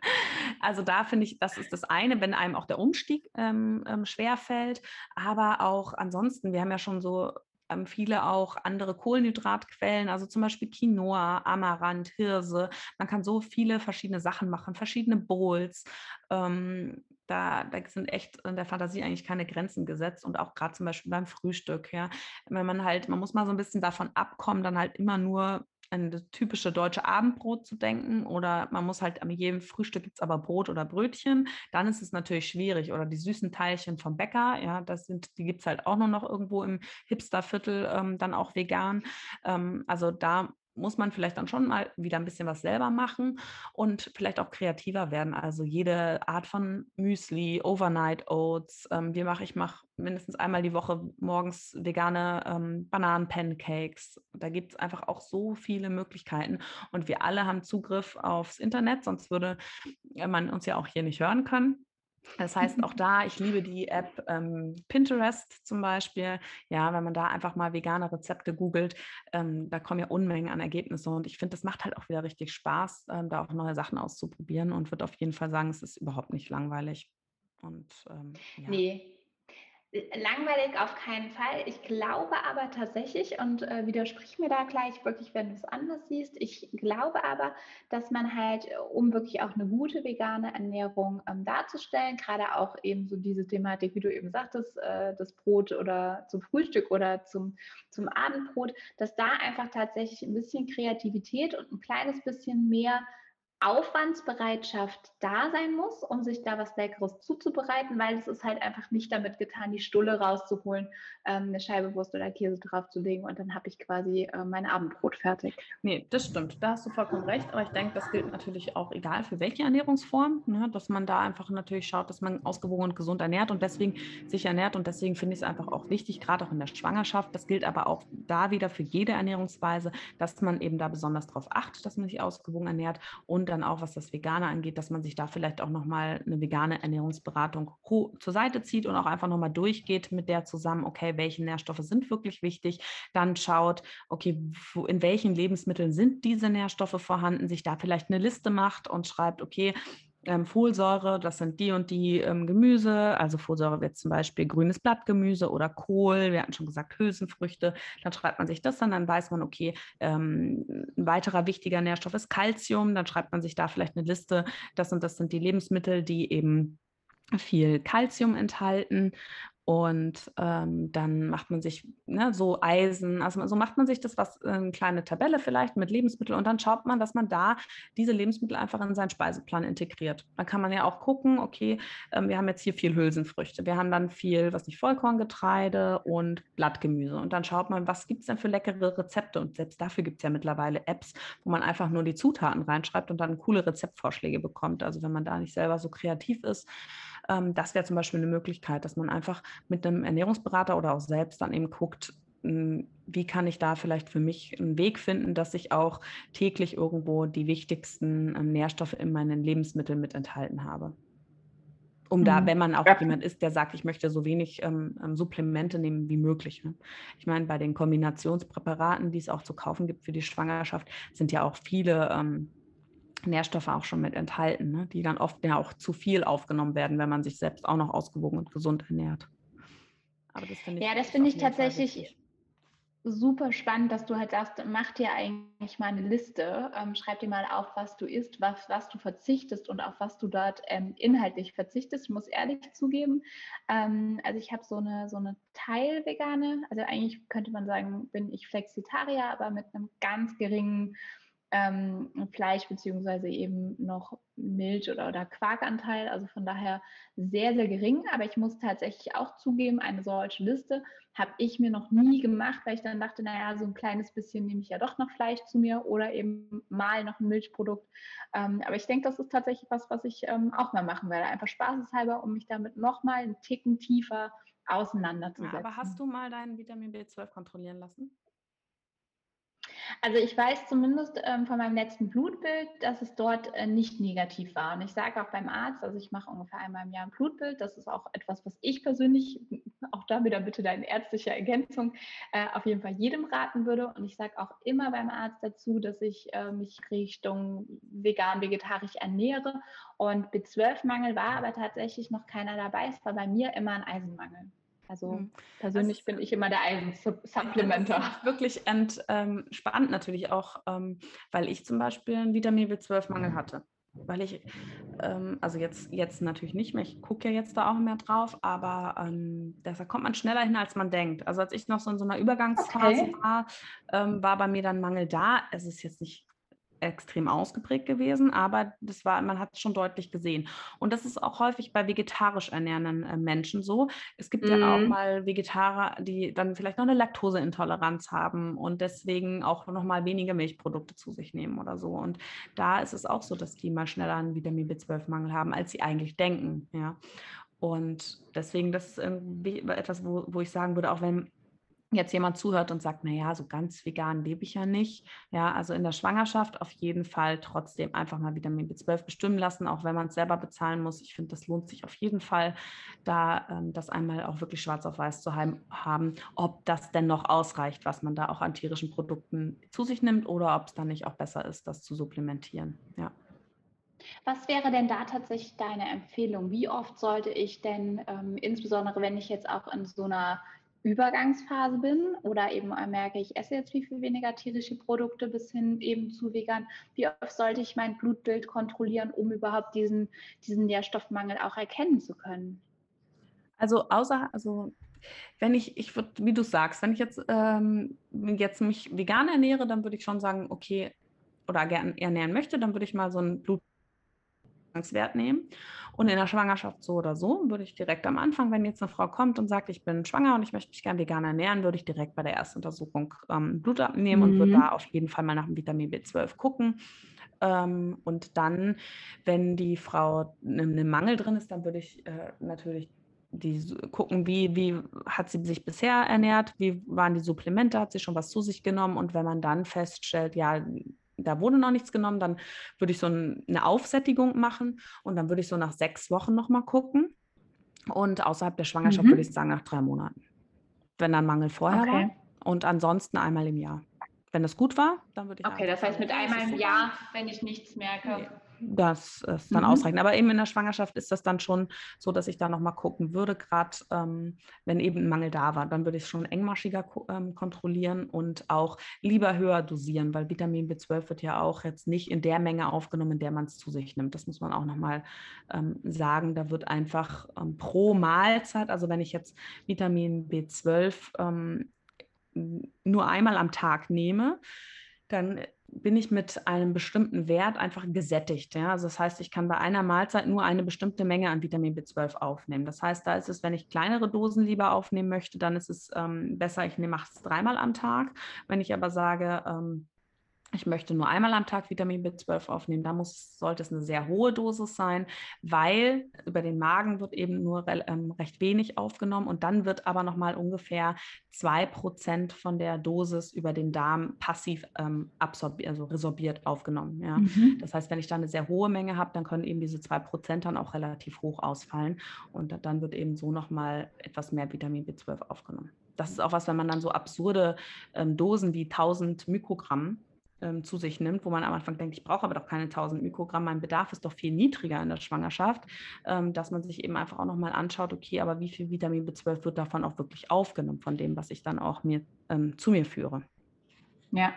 Also da finde ich, das ist das eine, wenn einem auch der Umstieg ähm, ähm, schwerfällt. Aber auch ansonsten, wir haben ja schon so ähm, viele auch andere Kohlenhydratquellen, also zum Beispiel Quinoa, Amaranth, Hirse. Man kann so viele verschiedene Sachen machen, verschiedene Bowls. Ähm, da, da sind echt in der Fantasie eigentlich keine Grenzen gesetzt. Und auch gerade zum Beispiel beim Frühstück, ja. Wenn man halt, man muss mal so ein bisschen davon abkommen, dann halt immer nur an das typische deutsche Abendbrot zu denken, oder man muss halt an jedem Frühstück gibt es aber Brot oder Brötchen, dann ist es natürlich schwierig. Oder die süßen Teilchen vom Bäcker, ja, das sind, die gibt es halt auch nur noch irgendwo im Hipsterviertel, ähm, dann auch vegan. Ähm, also da muss man vielleicht dann schon mal wieder ein bisschen was selber machen und vielleicht auch kreativer werden. Also jede Art von Müsli, Overnight Oats. Ähm, wir mach, ich mache mindestens einmal die Woche morgens vegane ähm, Bananen-Pancakes. Da gibt es einfach auch so viele Möglichkeiten. Und wir alle haben Zugriff aufs Internet, sonst würde man uns ja auch hier nicht hören können. Das heißt, auch da, ich liebe die App ähm, Pinterest zum Beispiel. Ja, wenn man da einfach mal vegane Rezepte googelt, ähm, da kommen ja Unmengen an Ergebnisse. Und ich finde, das macht halt auch wieder richtig Spaß, ähm, da auch neue Sachen auszuprobieren, und würde auf jeden Fall sagen, es ist überhaupt nicht langweilig. Und ähm, ja. Nee, langweilig auf keinen Fall. Ich glaube aber tatsächlich, und äh, widersprich mir da gleich wirklich, wenn du es anders siehst, ich glaube aber, dass man halt, äh, um wirklich auch eine gute vegane Ernährung ähm, darzustellen, gerade auch eben so diese Thematik, wie du eben sagtest, äh, das Brot oder zum Frühstück oder zum, zum Abendbrot, dass da einfach tatsächlich ein bisschen Kreativität und ein kleines bisschen mehr Aufwandsbereitschaft da sein muss, um sich da was Leckeres zuzubereiten, weil es ist halt einfach nicht damit getan, die Stulle rauszuholen, ähm, eine Scheibe Wurst oder Käse draufzulegen, und dann habe ich quasi äh, mein Abendbrot fertig. Nee, das stimmt. Da hast du vollkommen recht. Aber ich denke, das gilt natürlich auch egal für welche Ernährungsform, ne? Dass man da einfach natürlich schaut, dass man ausgewogen und gesund ernährt und deswegen sich ernährt. Und deswegen finde ich es einfach auch wichtig, gerade auch in der Schwangerschaft. Das gilt aber auch da wieder für jede Ernährungsweise, dass man eben da besonders darauf achtet, dass man sich ausgewogen ernährt. Und dann auch, was das Vegane angeht, dass man sich da vielleicht auch nochmal eine vegane Ernährungsberatung zur Seite zieht und auch einfach nochmal durchgeht mit der zusammen, okay, welche Nährstoffe sind wirklich wichtig. Dann schaut, okay, wo, in welchen Lebensmitteln sind diese Nährstoffe vorhanden, sich da vielleicht eine Liste macht und schreibt, okay, ähm, Folsäure, das sind die und die ähm, Gemüse, also Folsäure wird zum Beispiel grünes Blattgemüse oder Kohl, wir hatten schon gesagt Hülsenfrüchte, dann schreibt man sich das dann, dann weiß man, okay, ähm, ein weiterer wichtiger Nährstoff ist Calcium, dann schreibt man sich da vielleicht eine Liste, das und das sind die Lebensmittel, die eben viel Calcium enthalten. Und ähm, dann macht man sich ne, so Eisen, also so macht man sich das, was eine kleine Tabelle vielleicht mit Lebensmitteln, und dann schaut man, dass man da diese Lebensmittel einfach in seinen Speiseplan integriert. Dann kann man ja auch gucken, okay, ähm, wir haben jetzt hier viel Hülsenfrüchte, wir haben dann viel, was nicht, Vollkorngetreide und Blattgemüse, und dann schaut man, was gibt es denn für leckere Rezepte, und selbst dafür gibt es ja mittlerweile Apps, wo man einfach nur die Zutaten reinschreibt und dann coole Rezeptvorschläge bekommt. Also wenn man da nicht selber so kreativ ist, ähm, das wäre zum Beispiel eine Möglichkeit, dass man einfach mit einem Ernährungsberater oder auch selbst dann eben guckt, wie kann ich da vielleicht für mich einen Weg finden, dass ich auch täglich irgendwo die wichtigsten ähm, Nährstoffe in meinen Lebensmitteln mit enthalten habe. Um da, wenn Mhm. man auch Ja. jemand ist, der sagt, ich möchte so wenig ähm, Supplemente nehmen wie möglich. Ne? Ich meine, bei den Kombinationspräparaten, die es auch zu kaufen gibt für die Schwangerschaft, sind ja auch viele ähm, Nährstoffe auch schon mit enthalten, ne? Die dann oft ja auch zu viel aufgenommen werden, wenn man sich selbst auch noch ausgewogen und gesund ernährt. Aber das finde Ja, ich das ist finde auf ich jeden Fall tatsächlich wichtig. super spannend, dass du halt sagst, mach dir eigentlich mal eine Liste, ähm, schreib dir mal auf, was du isst, was, was du verzichtest und auf was du dort ähm, inhaltlich verzichtest. Ich muss ehrlich zugeben, ähm, also ich habe so eine, so eine Teilvegane, also eigentlich könnte man sagen, bin ich Flexitarier, aber mit einem ganz geringen ähm, Fleisch beziehungsweise eben noch Milch oder, oder Quarkanteil. Also von daher sehr, sehr gering. Aber ich muss tatsächlich auch zugeben, eine solche Liste habe ich mir noch nie gemacht, weil ich dann dachte, naja, so ein kleines bisschen nehme ich ja doch noch Fleisch zu mir oder eben mal noch ein Milchprodukt. Ähm, aber ich denke, das ist tatsächlich was, was ich ähm, auch mal machen werde. Einfach spaßeshalber, um mich damit nochmal einen Ticken tiefer auseinanderzusetzen. Ja, aber hast du mal deinen Vitamin B zwölf kontrollieren lassen? Also ich weiß zumindest ähm, von meinem letzten Blutbild, dass es dort äh, nicht negativ war. Und ich sage auch beim Arzt, also ich mache ungefähr einmal im Jahr ein Blutbild. Das ist auch etwas, was ich persönlich, auch da wieder bitte deine ärztliche Ergänzung, äh, auf jeden Fall jedem raten würde. Und ich sage auch immer beim Arzt dazu, dass ich äh, mich Richtung vegan, vegetarisch ernähre. Und B zwölf Mangel war aber tatsächlich noch keiner dabei. Es war bei mir immer ein Eisenmangel. Also Hm. persönlich Also bin ich immer der das Eisensupplementer. ist wirklich entspannend ähm, natürlich auch, ähm, weil ich zum Beispiel einen Vitamin B zwölf Mangel hatte. Weil ich, ähm, also jetzt, jetzt natürlich nicht mehr, ich gucke ja jetzt da auch mehr drauf, aber ähm, da kommt man schneller hin, als man denkt. Also als ich noch so in so einer Übergangsphase Okay. war, ähm, war bei mir dann Mangel da. Es ist jetzt nicht extrem ausgeprägt gewesen, aber das war, man hat es schon deutlich gesehen. Und das ist auch häufig bei vegetarisch ernährenden äh, Menschen so. Es gibt ja auch Mhm. mal Vegetarier, die dann vielleicht noch eine Laktoseintoleranz haben und deswegen auch noch mal weniger Milchprodukte zu sich nehmen oder so. Und da ist es auch so, dass die mal schneller einen Vitamin B zwölf Mangel haben, als sie eigentlich denken. Ja. Und deswegen, das ist irgendwie etwas, wo, wo ich sagen würde, auch wenn jetzt jemand zuhört und sagt, naja, so ganz vegan lebe ich ja nicht. Ja, also in der Schwangerschaft auf jeden Fall trotzdem einfach mal Vitamin B zwölf bestimmen lassen, auch wenn man es selber bezahlen muss. Ich finde, das lohnt sich auf jeden Fall, da ähm, das einmal auch wirklich schwarz auf weiß zu haben, ob das denn noch ausreicht, was man da auch an tierischen Produkten zu sich nimmt oder ob es dann nicht auch besser ist, das zu supplementieren. Ja. Was wäre denn da tatsächlich deine Empfehlung? Wie oft sollte ich denn, ähm, insbesondere wenn ich jetzt auch in so einer Übergangsphase bin oder eben merke, ich esse jetzt viel, viel weniger tierische Produkte bis hin eben zu vegan, wie oft sollte ich mein Blutbild kontrollieren, um überhaupt diesen, diesen Nährstoffmangel auch erkennen zu können? Also außer, also wenn ich, ich würde, wie du sagst, wenn ich jetzt, ähm, jetzt mich vegan ernähre, dann würde ich schon sagen, okay, oder gerne ernähren möchte, dann würde ich mal so einen Blutwert nehmen. Und in der Schwangerschaft so oder so, würde ich direkt am Anfang, wenn jetzt eine Frau kommt und sagt, ich bin schwanger und ich möchte mich gerne vegan ernähren, würde ich direkt bei der ersten Untersuchung ähm, Blut abnehmen und würde da Mhm. auf jeden Fall mal nach dem Vitamin B zwölf gucken. Ähm, und dann, wenn die Frau in einem Mangel drin ist, dann würde ich äh, natürlich die gucken, wie, wie hat sie sich bisher ernährt, wie waren die Supplemente, hat sie schon was zu sich genommen und wenn man dann feststellt, ja, da wurde noch nichts genommen, dann würde ich so ein, eine Aufsättigung machen und dann würde ich so nach sechs Wochen nochmal gucken und außerhalb der Schwangerschaft würde ich Mhm. sagen nach drei Monaten, wenn dann Mangel vorher war Okay. und ansonsten einmal im Jahr. Wenn es gut war, dann würde ich Okay, einfach das heißt sagen, mit okay, es einmal ist im super. Jahr, wenn ich nichts merke. Nee, das ist dann ausreichend. Mhm. Aber eben in der Schwangerschaft ist das dann schon so, dass ich da nochmal gucken würde, gerade ähm, wenn eben ein Mangel da war, dann würde ich es schon engmaschiger ähm, kontrollieren und auch lieber höher dosieren, weil Vitamin B zwölf wird ja auch jetzt nicht in der Menge aufgenommen, in der man es zu sich nimmt. Das muss man auch nochmal ähm, sagen. Da wird einfach ähm, pro Mahlzeit, also wenn ich jetzt Vitamin B zwölf ähm, nur einmal am Tag nehme, dann bin ich mit einem bestimmten Wert einfach gesättigt. Ja? Also das heißt, ich kann bei einer Mahlzeit nur eine bestimmte Menge an Vitamin B zwölf aufnehmen. Das heißt, da ist es, wenn ich kleinere Dosen lieber aufnehmen möchte, dann ist es ähm, besser, ich mache es dreimal am Tag. Wenn ich aber sage, ähm, ich möchte nur einmal am Tag Vitamin B zwölf aufnehmen, da muss, sollte es eine sehr hohe Dosis sein, weil über den Magen wird eben nur re ähm, recht wenig aufgenommen und dann wird aber nochmal ungefähr zwei Prozent von der Dosis über den Darm passiv ähm, absorbiert, also resorbiert aufgenommen. Ja. Mhm. Das heißt, wenn ich da eine sehr hohe Menge habe, dann können eben diese zwei Prozent dann auch relativ hoch ausfallen und dann wird eben so nochmal etwas mehr Vitamin B zwölf aufgenommen. Das ist auch was, wenn man dann so absurde ähm, Dosen wie tausend Mikrogramm ähm, zu sich nimmt, wo man am Anfang denkt, ich brauche aber doch keine tausend Mikrogramm, mein Bedarf ist doch viel niedriger in der Schwangerschaft, ähm, dass man sich eben einfach auch nochmal anschaut, okay, aber wie viel Vitamin B zwölf wird davon auch wirklich aufgenommen, von dem, was ich dann auch mir ähm, zu mir führe. Ja.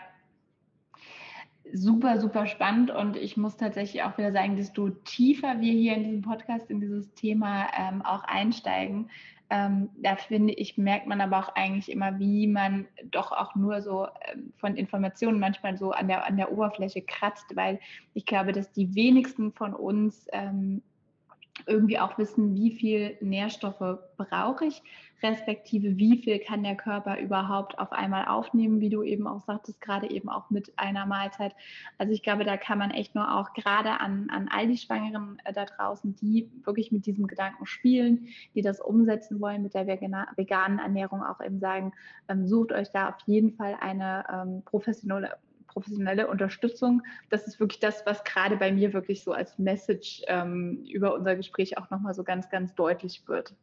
Super, super spannend und ich muss tatsächlich auch wieder sagen, desto tiefer wir hier in diesem Podcast in dieses Thema ähm, auch einsteigen, Ähm, da finde ich, merkt man aber auch eigentlich immer, wie man doch auch nur so ähm, von Informationen manchmal so an der, an der Oberfläche kratzt, weil ich glaube, dass die wenigsten von uns ähm, irgendwie auch wissen, wie viel Nährstoffe brauche ich, respektive wie viel kann der Körper überhaupt auf einmal aufnehmen, wie du eben auch sagtest, gerade eben auch mit einer Mahlzeit. Also ich glaube, da kann man echt nur auch gerade an, an all die Schwangeren äh, da draußen, die wirklich mit diesem Gedanken spielen, die das umsetzen wollen mit der vegana, veganen Ernährung, auch eben sagen, ähm, sucht euch da auf jeden Fall eine ähm, professionelle professionelle Unterstützung. Das ist wirklich das, was gerade bei mir wirklich so als Message ähm, über unser Gespräch auch nochmal so ganz, ganz deutlich wird.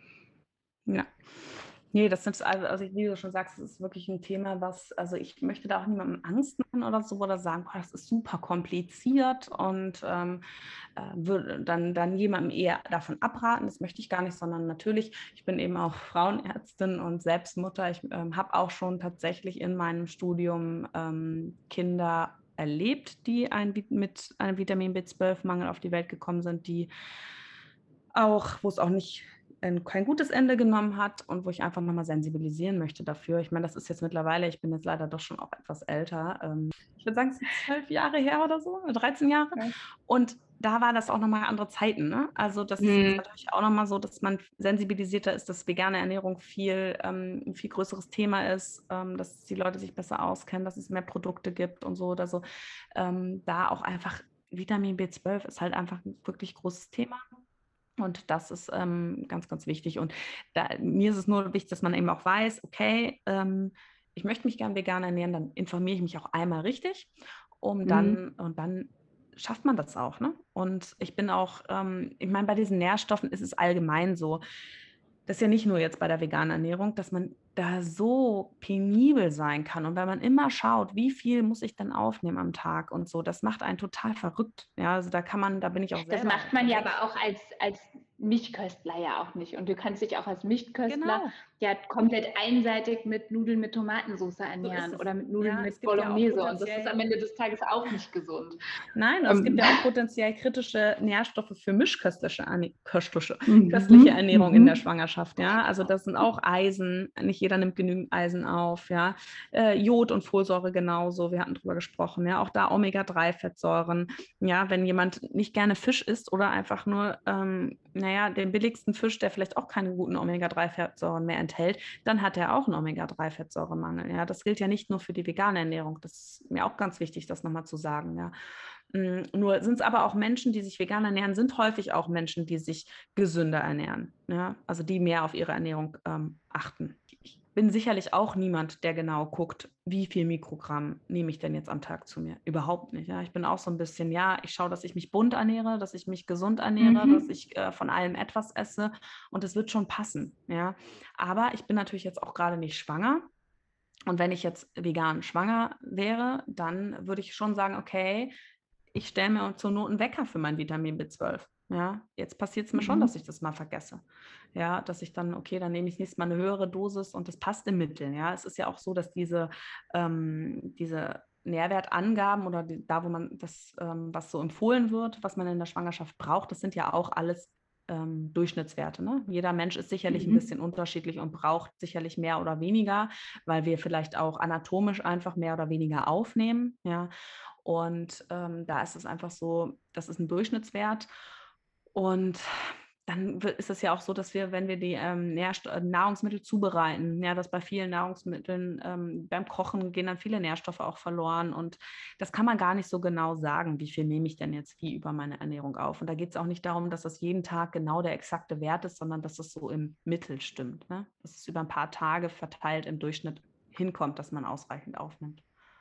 Ja. Nee, das sind, also, also wie du schon sagst, es ist wirklich ein Thema, was, also ich möchte da auch niemandem Angst machen oder so oder sagen, boah, das ist super kompliziert und ähm, äh, würde dann, dann jemandem eher davon abraten. Das möchte ich gar nicht, sondern natürlich, ich bin eben auch Frauenärztin und selbst Mutter. Ich ähm, habe auch schon tatsächlich in meinem Studium ähm, Kinder erlebt, die ein, mit einem Vitamin B zwölf Mangel auf die Welt gekommen sind, die auch, wo es auch nicht ein, kein gutes Ende genommen hat und wo ich einfach nochmal sensibilisieren möchte dafür. Ich meine, das ist jetzt mittlerweile, ich bin jetzt leider doch schon auch etwas älter. Ähm, ich würde sagen, es sind zwölf Jahre her oder so, dreizehn Jahre. Ja. Und da war das auch nochmal andere Zeiten. Ne? Also das ist jetzt Mhm. natürlich auch nochmal so, dass man sensibilisierter ist, dass vegane Ernährung viel, ähm, ein viel größeres Thema ist, ähm, dass die Leute sich besser auskennen, dass es mehr Produkte gibt und so oder so. Ähm, da auch einfach Vitamin B zwölf ist halt einfach ein wirklich großes Thema. Und das ist ähm, ganz, ganz wichtig. Und da, mir ist es nur wichtig, dass man eben auch weiß, okay, ähm, ich möchte mich gern vegan ernähren, dann informiere ich mich auch einmal richtig, um Mhm. dann, und dann schafft man das auch, ne? Und ich bin auch, ähm, ich meine, bei diesen Nährstoffen ist es allgemein so, das ist ja nicht nur jetzt bei der veganen Ernährung, dass man da so penibel sein kann. Und wenn man immer schaut, wie viel muss ich denn aufnehmen am Tag und so, das macht einen total verrückt. Ja, also da kann man, da bin ich auch Das selber macht man ja tatsächlich. aber auch als, als Mischköstler ja auch nicht. Und du kannst dich auch als Mischköstler Genau, ja komplett einseitig mit Nudeln mit Tomatensauce so ist ernähren es. oder mit Nudeln Ja, es mit gibt ja auch Bolognese. Und das ist potenziell, am Ende des Tages auch nicht gesund. nein, es gibt Ähm. ja auch potenziell kritische Nährstoffe für mischköstliche, Erne- köstliche, köstliche Mhm. Ernährung in der Mhm. Schwangerschaft. Ja, also das sind auch Eisen. Nicht jeder nimmt genügend Eisen auf. Ja, äh, Jod und Folsäure genauso. Wir hatten drüber gesprochen. Ja, auch da Omega drei Fettsäuren. Ja, wenn jemand nicht gerne Fisch isst oder einfach nur, ähm, naja, den billigsten Fisch, der vielleicht auch keine guten Omega drei Fettsäuren mehr enthält, dann hat er auch einen Omega drei Fettsäuremangel. Ja, das gilt ja nicht nur für die vegane Ernährung. Das ist mir auch ganz wichtig, das nochmal zu sagen. Ja. Mm, Nur sind es aber auch Menschen, die sich vegan ernähren, sind häufig auch Menschen, die sich gesünder ernähren. Ja? Also die mehr auf ihre Ernährung ähm, achten. Ich bin sicherlich auch niemand, der genau guckt, wie viel Mikrogramm nehme ich denn jetzt am Tag zu mir. Überhaupt nicht. Ja? Ich bin auch so ein bisschen, ja, ich schaue, dass ich mich bunt ernähre, dass ich mich gesund ernähre, dass Mhm. ich äh, von allem etwas esse und es wird schon passen. Ja? Aber ich bin natürlich jetzt auch gerade nicht schwanger. Und wenn ich jetzt vegan schwanger wäre, dann würde ich schon sagen, okay, ich stelle mir zur Not einen Wecker für mein Vitamin B zwölf. Ja, jetzt passiert es mir schon, dass Mhm. ich das mal vergesse. Ja, dass ich dann, okay, dann nehme ich nächstes Mal eine höhere Dosis und das passt im Mittel. Ja, es ist ja auch so, dass diese, ähm, diese Nährwertangaben oder die, da, wo man das, ähm, was so empfohlen wird, was man in der Schwangerschaft braucht, das sind ja auch alles ähm, Durchschnittswerte. Ne? Jeder Mensch ist sicherlich ein bisschen Mhm. unterschiedlich und braucht sicherlich mehr oder weniger, weil wir vielleicht auch anatomisch einfach mehr oder weniger aufnehmen. Ja, und ähm, da ist es einfach so, das ist ein Durchschnittswert. Und dann ist es ja auch so, dass wir, wenn wir die ähm, Nährst- äh, Nahrungsmittel zubereiten, ja, dass bei vielen Nahrungsmitteln ähm, beim Kochen gehen dann viele Nährstoffe auch verloren. Und das kann man gar nicht so genau sagen, wie viel nehme ich denn jetzt wie über meine Ernährung auf. Und da geht es auch nicht darum, dass das jeden Tag genau der exakte Wert ist, sondern dass es so im Mittel stimmt. Ne? Dass es über ein paar Tage verteilt im Durchschnitt hinkommt, dass man ausreichend aufnimmt.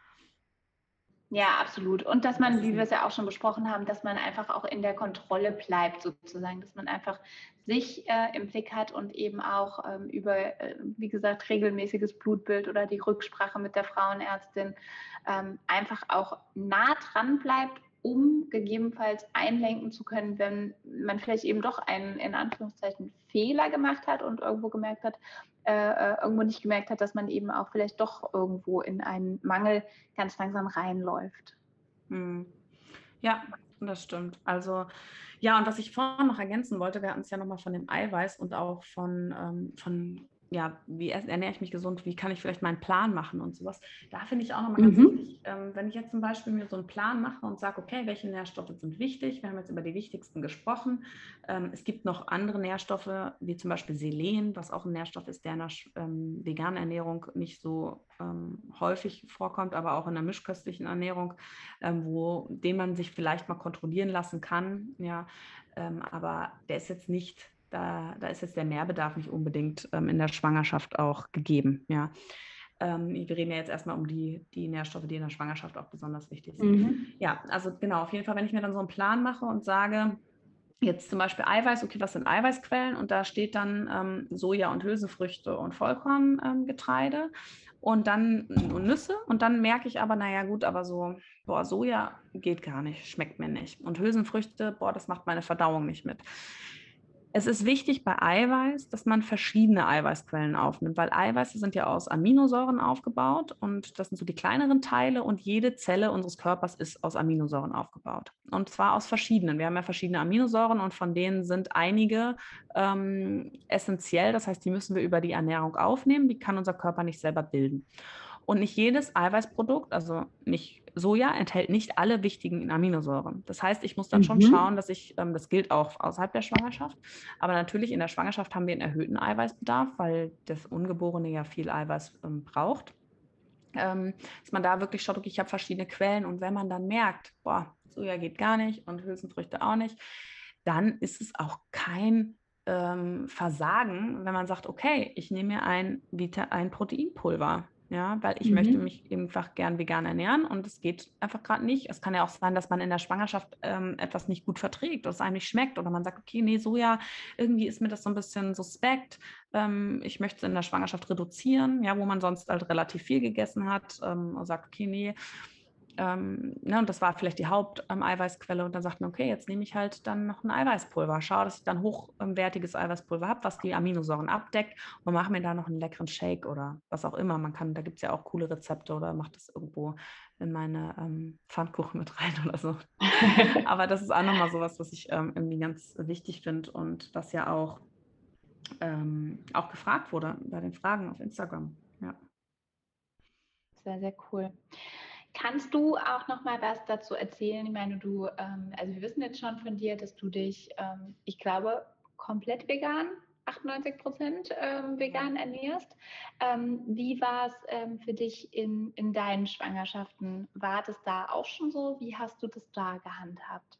Ja, absolut. Und dass Das man, ist wie wir ein es ja auch schon besprochen haben, dass man einfach auch in der Kontrolle bleibt, sozusagen, dass man einfach sich äh, im Blick hat und eben auch ähm, über, äh, wie gesagt, regelmäßiges Blutbild oder die Rücksprache mit der Frauenärztin ähm, einfach auch nah dran bleibt, um gegebenenfalls einlenken zu können, wenn man vielleicht eben doch einen, in Anführungszeichen, Fehler gemacht hat und irgendwo gemerkt hat, äh, irgendwo nicht gemerkt hat, dass man eben auch vielleicht doch irgendwo in einen Mangel ganz langsam reinläuft. Hm. Ja, Das stimmt. Also ja, und was ich vorhin noch ergänzen wollte, wir hatten es ja nochmal von dem Eiweiß und auch von, ähm, von ja, wie ernähre ich mich gesund, wie kann ich vielleicht meinen Plan machen und sowas. Da finde ich auch nochmal ganz Mhm. wichtig, ähm, wenn ich jetzt zum Beispiel mir so einen Plan mache und sage, okay, welche Nährstoffe sind wichtig? Wir haben jetzt über die wichtigsten gesprochen. Ähm, es gibt noch andere Nährstoffe, wie zum Beispiel Selen, was auch ein Nährstoff ist, der in der ähm, veganen Ernährung nicht so ähm, häufig vorkommt, aber auch in der mischköstlichen Ernährung, ähm, wo, den man sich vielleicht mal kontrollieren lassen kann. Ja, ähm, aber der ist jetzt nicht Da, da ist jetzt der Mehrbedarf nicht unbedingt ähm, in der Schwangerschaft auch gegeben. Ja. Ähm, wir reden ja jetzt erstmal um die, die Nährstoffe, die in der Schwangerschaft auch besonders wichtig sind. Mhm. Ja, also genau, auf jeden Fall, wenn ich mir dann so einen Plan mache und sage, jetzt zum Beispiel Eiweiß, okay, was sind Eiweißquellen? Und da steht dann ähm, Soja und Hülsenfrüchte und Vollkorngetreide ähm, und dann und Nüsse. Und dann merke ich aber, naja gut, aber so, boah, Soja geht gar nicht, schmeckt mir nicht. Und Hülsenfrüchte, boah, das macht meine Verdauung nicht mit. Es ist wichtig bei Eiweiß, dass man verschiedene Eiweißquellen aufnimmt, weil Eiweiße sind ja aus Aminosäuren aufgebaut und das sind so die kleineren Teile und jede Zelle unseres Körpers ist aus Aminosäuren aufgebaut. Und zwar aus verschiedenen. Wir haben ja verschiedene Aminosäuren und von denen sind einige ähm, essentiell. Das heißt, die müssen wir über die Ernährung aufnehmen. Die kann unser Körper nicht selber bilden. Und nicht jedes Eiweißprodukt, also nicht Soja, enthält nicht alle wichtigen Aminosäuren. Das heißt, ich muss dann schon Mhm. schauen, dass ich, ähm, das gilt auch außerhalb der Schwangerschaft, aber natürlich in der Schwangerschaft haben wir einen erhöhten Eiweißbedarf, weil das Ungeborene ja viel Eiweiß ähm, braucht. Ähm, dass man da wirklich schaut, okay, ich habe verschiedene Quellen und wenn man dann merkt, boah, Soja geht gar nicht und Hülsenfrüchte auch nicht, dann ist es auch kein ähm, Versagen, wenn man sagt, okay, ich nehme mir ein, Vita ein Proteinpulver. Ja, weil ich möchte Mhm. mich einfach gern vegan ernähren und es geht einfach gerade nicht. Es kann ja auch sein, dass man in der Schwangerschaft ähm, etwas nicht gut verträgt oder es einem nicht schmeckt oder man sagt, okay, nee, Soja, irgendwie ist mir das so ein bisschen suspekt. Ähm, ich möchte es in der Schwangerschaft reduzieren, ja, wo man sonst halt relativ viel gegessen hat ähm, und sagt, okay, nee, ähm, ne, und das war vielleicht die Haupteiweißquelle ähm, und dann sagt man, okay, jetzt nehme ich halt dann noch ein Eiweißpulver. Schaue, dass ich dann hochwertiges Eiweißpulver habe, was die Aminosäuren abdeckt und mache mir da noch einen leckeren Shake oder was auch immer. Man kann, da gibt es ja auch coole Rezepte oder macht das irgendwo in meine ähm, Pfannkuchen mit rein oder so. Aber das ist auch nochmal sowas, was ich ähm, irgendwie ganz wichtig finde und was ja auch, ähm, auch gefragt wurde bei den Fragen auf Instagram. Ja. Sehr, sehr cool. Kannst du auch noch mal was dazu erzählen? Ich meine, du, ähm, also wir wissen jetzt schon von dir, dass du dich, ähm, ich glaube, komplett vegan, achtundneunzig Prozent ähm, vegan ernährst. Ähm, wie war es ähm, für dich in, in deinen Schwangerschaften? War das da auch schon so? Wie hast du das da gehandhabt?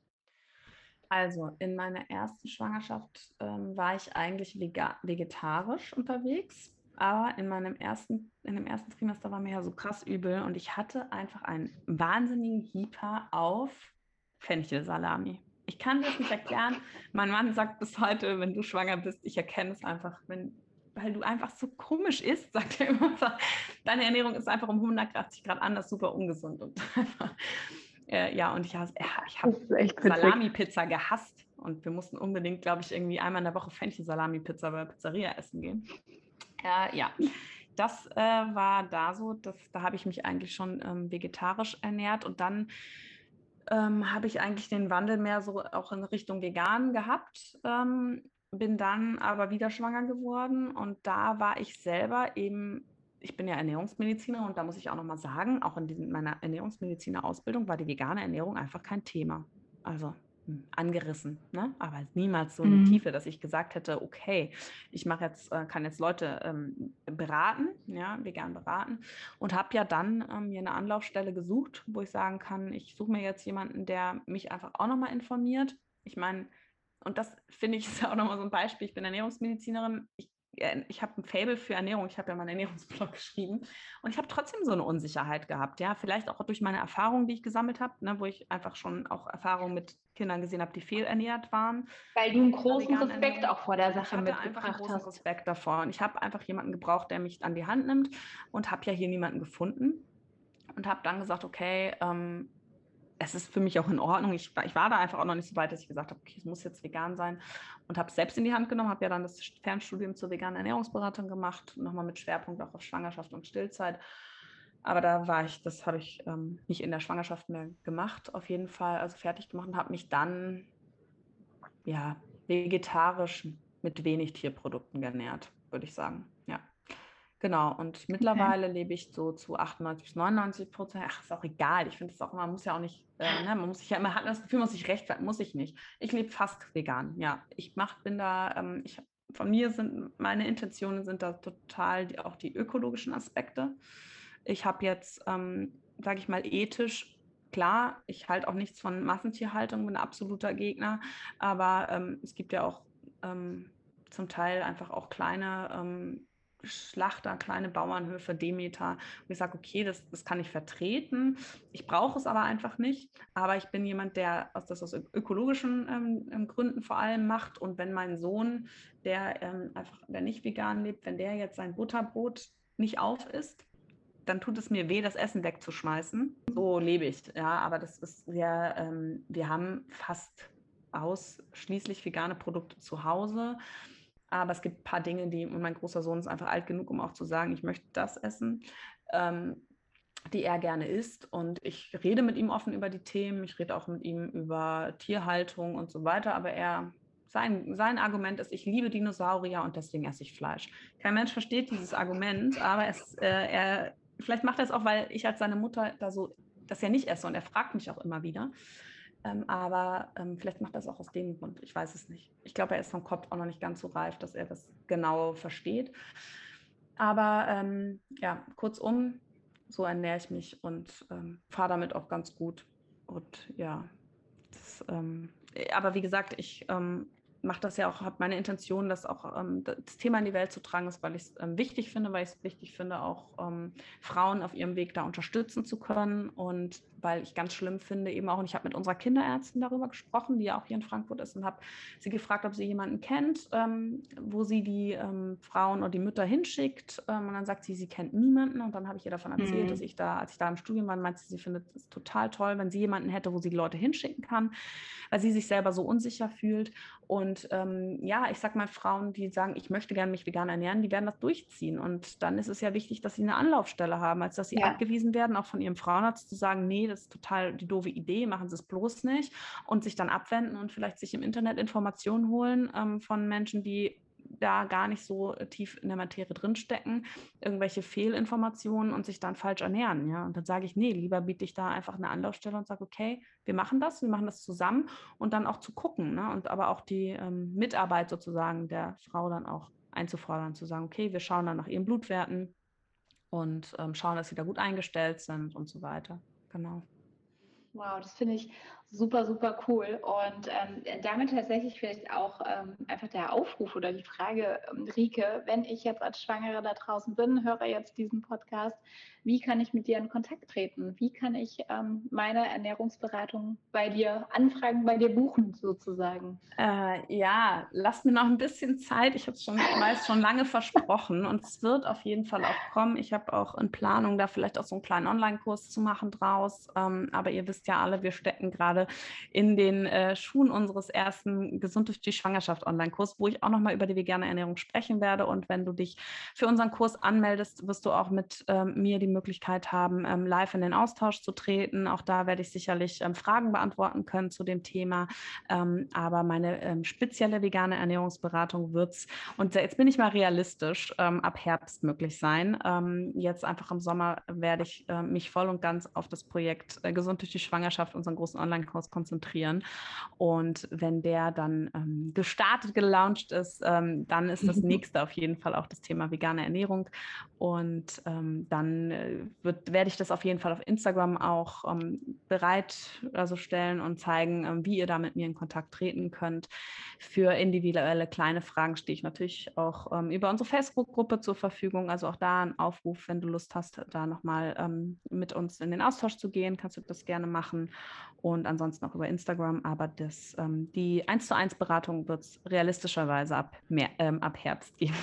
Also in meiner ersten Schwangerschaft ähm, war ich eigentlich vega- vegetarisch unterwegs, aber in meinem ersten, in dem ersten Trimester war mir ja so krass übel und ich hatte einfach einen wahnsinnigen Hieper auf Fenchelsalami. Ich kann das nicht erklären. Mein Mann sagt bis heute, wenn du schwanger bist, ich erkenne es einfach, wenn, weil du einfach so komisch isst, sagt er immer. Deine Ernährung ist einfach um hundertachtzig Grad anders, super ungesund und einfach. Äh, ja, und ich, has- ich habe Das ist echt witzig. Salami-Pizza gehasst und wir mussten unbedingt, glaube ich, irgendwie einmal in der Woche Fenchel-Salami-Pizza bei der Pizzeria essen gehen. Äh, ja, das äh, war da so, das, da habe ich mich eigentlich schon ähm, vegetarisch ernährt und dann ähm, habe ich eigentlich den Wandel mehr so auch in Richtung vegan gehabt, ähm, bin dann aber wieder schwanger geworden und da war ich selber eben, ich bin ja Ernährungsmediziner und da muss ich auch nochmal sagen, auch in diesem, meiner Ernährungsmediziner-Ausbildung war die vegane Ernährung einfach kein Thema. Also hm, angerissen, ne? Aber niemals so in die Mhm. Tiefe, dass ich gesagt hätte, okay, ich mache jetzt, äh, kann jetzt Leute ähm, beraten, ja, vegan beraten und habe ja dann ähm, mir eine Anlaufstelle gesucht, wo ich sagen kann, ich suche mir jetzt jemanden, der mich einfach auch nochmal informiert. Ich meine, und das finde ich ist auch nochmal so ein Beispiel. Ich bin Ernährungsmedizinerin. Ich, äh, ich habe ein Faible für Ernährung. Ich habe ja meinen Ernährungsblog geschrieben. Und ich habe trotzdem so eine Unsicherheit gehabt. Ja, vielleicht auch durch meine Erfahrungen, die ich gesammelt habe, ne, wo ich einfach schon auch Erfahrungen mit Kindern gesehen habe, die fehlernährt waren. Weil du einen In der großen veganen Respekt Ernährung. auch vor der Und ich Sache hatte einfach einen mitgebracht großen hast. Respekt davor. Und ich habe einfach jemanden gebraucht, der mich an die Hand nimmt und habe ja hier niemanden gefunden. Und habe dann gesagt, okay, ähm, es ist für mich auch in Ordnung. Ich, ich war da einfach auch noch nicht so weit, dass ich gesagt habe, okay, es muss jetzt vegan sein. Und habe es selbst in die Hand genommen, habe ja dann das Fernstudium zur veganen Ernährungsberatung gemacht, nochmal mit Schwerpunkt auch auf Schwangerschaft und Stillzeit. Aber da war ich, das habe ich ähm, nicht in der Schwangerschaft mehr gemacht, auf jeden Fall, also fertig gemacht und habe mich dann ja vegetarisch mit wenig Tierprodukten ernährt, würde ich sagen. Ja, genau. Und Okay. mittlerweile lebe ich so zu achtundneunzig bis neunundneunzig Prozent. Ach, ist auch egal. Ich finde es auch immer, man muss ja auch nicht, äh, ne, man muss sich ja immer, hat das Gefühl, man muss sich rechtfertigen, muss ich nicht. Ich lebe fast vegan. Ja, ich mach, bin da, ähm, ich, von mir sind, meine Intentionen sind da total die, auch die ökologischen Aspekte. Ich habe jetzt, ähm, sage ich mal, ethisch, klar, ich halte auch nichts von Massentierhaltung, bin ein absoluter Gegner, aber ähm, es gibt ja auch ähm, zum Teil einfach auch kleine ähm, Schlachter, kleine Bauernhöfe, Demeter, wo ich sage, okay, das, das kann ich vertreten. Ich brauche es aber einfach nicht. Aber ich bin jemand, der das aus ökologischen ähm, Gründen vor allem macht. Und wenn mein Sohn, der ähm, einfach, der nicht vegan lebt, wenn der jetzt sein Butterbrot nicht auf isst, dann tut es mir weh, das Essen wegzuschmeißen. So lebe ich, ja, aber das ist ja, ähm, wir haben fast ausschließlich vegane Produkte zu Hause. Aber es gibt ein paar Dinge, die, und mein großer Sohn ist einfach alt genug, um auch zu sagen, ich möchte das essen, ähm, die er gerne isst. Und ich rede mit ihm offen über die Themen, ich rede auch mit ihm über Tierhaltung und so weiter, aber er, sein, sein Argument ist, ich liebe Dinosaurier und deswegen esse ich Fleisch. Kein Mensch versteht dieses Argument, aber es, äh, er, vielleicht macht er es auch, weil ich als seine Mutter da so das ja nicht esse und er fragt mich auch immer wieder. Ähm, aber ähm, vielleicht macht er es auch aus dem Grund. Ich weiß es nicht. Ich glaube, er ist vom Kopf auch noch nicht ganz so reif, dass er das genau versteht. Aber ähm, ja, kurzum, so ernähre ich mich und ähm, fahre damit auch ganz gut. Und ja, das, ähm, aber wie gesagt, ich ähm, mache das ja auch, habe meine Intention, das auch ähm, das Thema in die Welt zu tragen, ist, weil ich es ähm, wichtig finde, weil ich es wichtig finde, auch ähm, Frauen auf ihrem Weg da unterstützen zu können und weil ich ganz schlimm finde, eben auch, und ich habe mit unserer Kinderärztin darüber gesprochen, die ja auch hier in Frankfurt ist, und habe sie gefragt, ob sie jemanden kennt, ähm, wo sie die ähm, Frauen oder die Mütter hinschickt. Ähm, und dann sagt sie, sie kennt niemanden. Und dann habe ich ihr davon erzählt, mhm. dass ich da, als ich da im Studium war, meinte sie, sie findet es total toll, wenn sie jemanden hätte, wo sie die Leute hinschicken kann, weil sie sich selber so unsicher fühlt. Und ähm, ja, ich sag mal, Frauen, die sagen, ich möchte gerne mich vegan ernähren, die werden das durchziehen. Und dann ist es ja wichtig, dass sie eine Anlaufstelle haben, als dass sie ja. abgewiesen werden, auch von ihrem Frauenarzt zu sagen, nee, das ist total die doofe Idee, machen Sie es bloß nicht, und sich dann abwenden und vielleicht sich im Internet Informationen holen ähm, von Menschen, die da gar nicht so tief in der Materie drinstecken, irgendwelche Fehlinformationen und sich dann falsch ernähren. Ja? Und dann sage ich, nee, lieber biete ich da einfach eine Anlaufstelle und sage, okay, wir machen das, wir machen das zusammen, und dann auch zu gucken, ne? Und aber auch die ähm, Mitarbeit sozusagen der Frau dann auch einzufordern, zu sagen, okay, wir schauen dann nach ihren Blutwerten und ähm, schauen, dass sie da gut eingestellt sind und so weiter. Genau. Wow, das finde ich super, super cool. Und ähm, damit tatsächlich vielleicht auch ähm, einfach der Aufruf oder die Frage, ähm, Rike, wenn ich jetzt als Schwangere da draußen bin, höre jetzt diesen Podcast, wie kann ich mit dir in Kontakt treten? Wie kann ich ähm, meine Ernährungsberatung bei dir anfragen, bei dir buchen sozusagen? Äh, ja, lass mir noch ein bisschen Zeit. Ich habe es schon, weiß, schon lange versprochen, und es wird auf jeden Fall auch kommen. Ich habe auch in Planung, da vielleicht auch so einen kleinen Online-Kurs zu machen draus. Ähm, aber ihr wisst ja alle, wir stecken gerade in den äh, Schuhen unseres ersten Gesund durch die Schwangerschaft Online-Kurs, wo ich auch nochmal über die vegane Ernährung sprechen werde. Und wenn du dich für unseren Kurs anmeldest, wirst du auch mit ähm, mir die Möglichkeit haben, ähm, live in den Austausch zu treten. Auch da werde ich sicherlich ähm, Fragen beantworten können zu dem Thema. Ähm, aber meine Eine ähm, spezielle vegane Ernährungsberatung wird es, und jetzt bin ich mal realistisch, ähm, ab Herbst möglich sein. Ähm, jetzt einfach im Sommer werde ich äh, mich voll und ganz auf das Projekt äh, Gesund durch die Schwangerschaft, unseren großen Online-Kurs, konzentrieren. Und wenn der dann ähm, gestartet, gelauncht ist, ähm, dann ist das nächste auf jeden Fall auch das Thema vegane Ernährung. Und ähm, dann äh, wird, werde ich das auf jeden Fall auf Instagram auch ähm, bereit also stellen und zeigen, ähm, wie ihr da mit mir in Kontakt treten könnt. Für individuelle kleine Fragen stehe ich natürlich auch ähm, über unsere Facebook-Gruppe zur Verfügung. Also auch da ein Aufruf, wenn du Lust hast, da nochmal ähm, mit uns in den Austausch zu gehen, kannst du das gerne machen. Und ansonsten auch über Instagram. Aber das, ähm, die eins zu eins Beratung wird es realistischerweise ab, mehr, ähm, ab Herbst geben.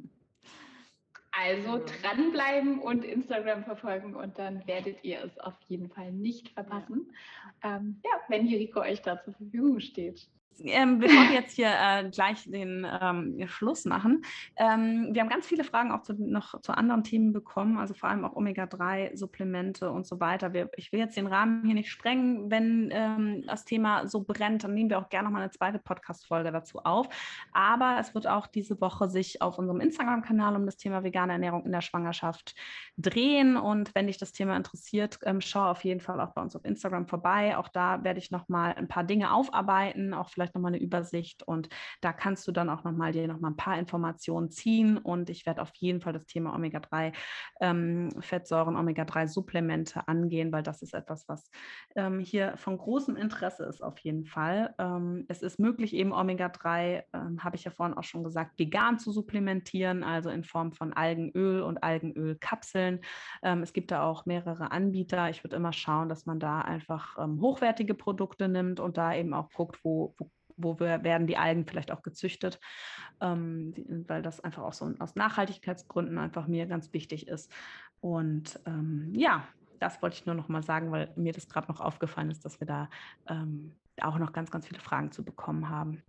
Also dranbleiben und Instagram verfolgen, und dann werdet ihr es auf jeden Fall nicht verpassen, ja, ähm, ja wenn die Rike euch da zur Verfügung steht. ähm, bevor wir jetzt hier äh, gleich den ähm, Schluss machen, ähm, wir haben ganz viele Fragen auch zu, noch zu anderen Themen bekommen, also vor allem auch Omega drei Supplemente und so weiter. Wir, ich will jetzt den Rahmen hier nicht sprengen. Wenn ähm, das Thema so brennt, dann nehmen wir auch gerne noch mal eine zweite Podcast-Folge dazu auf. Aber es wird auch diese Woche sich auf unserem Instagram-Kanal um das Thema vegane Ernährung in der Schwangerschaft drehen. Und wenn dich das Thema interessiert, ähm, schau auf jeden Fall auch bei uns auf Instagram vorbei. Auch da werde ich noch mal ein paar Dinge aufarbeiten, auch vielleicht noch mal eine Übersicht. Und da kannst du dann auch noch mal dir noch mal ein paar Informationen ziehen. Und ich werde auf jeden Fall das Thema Omega drei ähm, Fettsäuren, Omega drei Supplemente angehen, weil das ist etwas, was ähm, hier von großem Interesse ist auf jeden Fall. Ähm, es ist möglich, eben Omega drei, ähm, habe ich ja vorhin auch schon gesagt, vegan zu supplementieren, also in Form von Algenöl und Algenölkapseln. Ähm, es gibt da auch mehrere Anbieter. Ich würde immer schauen, dass man da einfach ähm, hochwertige Produkte nimmt und da eben auch guckt, wo, wo wo wir, werden die Algen vielleicht auch gezüchtet, ähm, weil das einfach auch so aus Nachhaltigkeitsgründen einfach mir ganz wichtig ist. Und ähm, ja, das wollte ich nur noch mal sagen, weil mir das gerade noch aufgefallen ist, dass wir da ähm, auch noch ganz, ganz viele Fragen zu bekommen haben.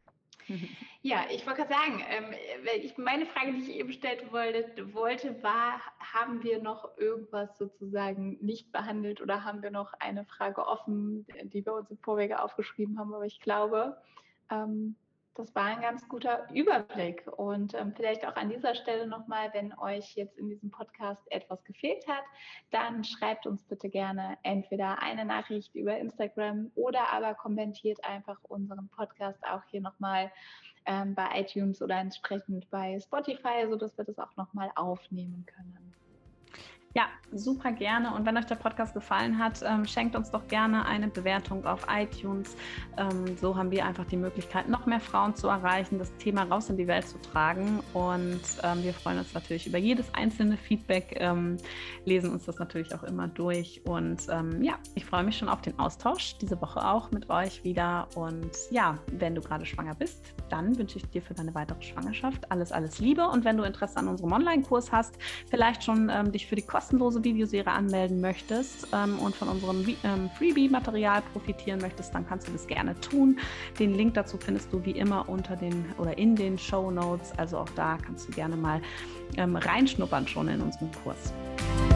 Ja, ich wollte gerade sagen, ähm, ich, meine Frage, die ich eben stellen wollte, wollte, war, haben wir noch irgendwas sozusagen nicht behandelt oder haben wir noch eine Frage offen, die wir uns im Vorwege aufgeschrieben haben? Aber ich glaube, ähm, das war ein ganz guter Überblick. Und ähm, vielleicht auch an dieser Stelle nochmal, wenn euch jetzt in diesem Podcast etwas gefehlt hat, dann schreibt uns bitte gerne entweder eine Nachricht über Instagram oder aber kommentiert einfach unseren Podcast auch hier nochmal ähm, bei iTunes oder entsprechend bei Spotify, sodass wir das auch nochmal aufnehmen können. Ja, super gerne. Und wenn euch der Podcast gefallen hat, ähm, schenkt uns doch gerne eine Bewertung auf iTunes. Ähm, so haben wir einfach die Möglichkeit, noch mehr Frauen zu erreichen, das Thema raus in die Welt zu tragen. Und ähm, wir freuen uns natürlich über jedes einzelne Feedback, ähm, lesen uns das natürlich auch immer durch. Und ähm, ja, ich freue mich schon auf den Austausch diese Woche auch mit euch wieder. Und ja, wenn du gerade schwanger bist, dann wünsche ich dir für deine weitere Schwangerschaft alles, alles Liebe. Und wenn du Interesse an unserem Online-Kurs hast, vielleicht schon ähm, dich für die kostenlose Videoserie anmelden möchtest ähm, und von unserem ähm, Freebie-Material profitieren möchtest, dann kannst du das gerne tun. Den Link dazu findest du wie immer unter den oder in den Shownotes. Also auch da kannst du gerne mal ähm, reinschnuppern schon in unserem Kurs.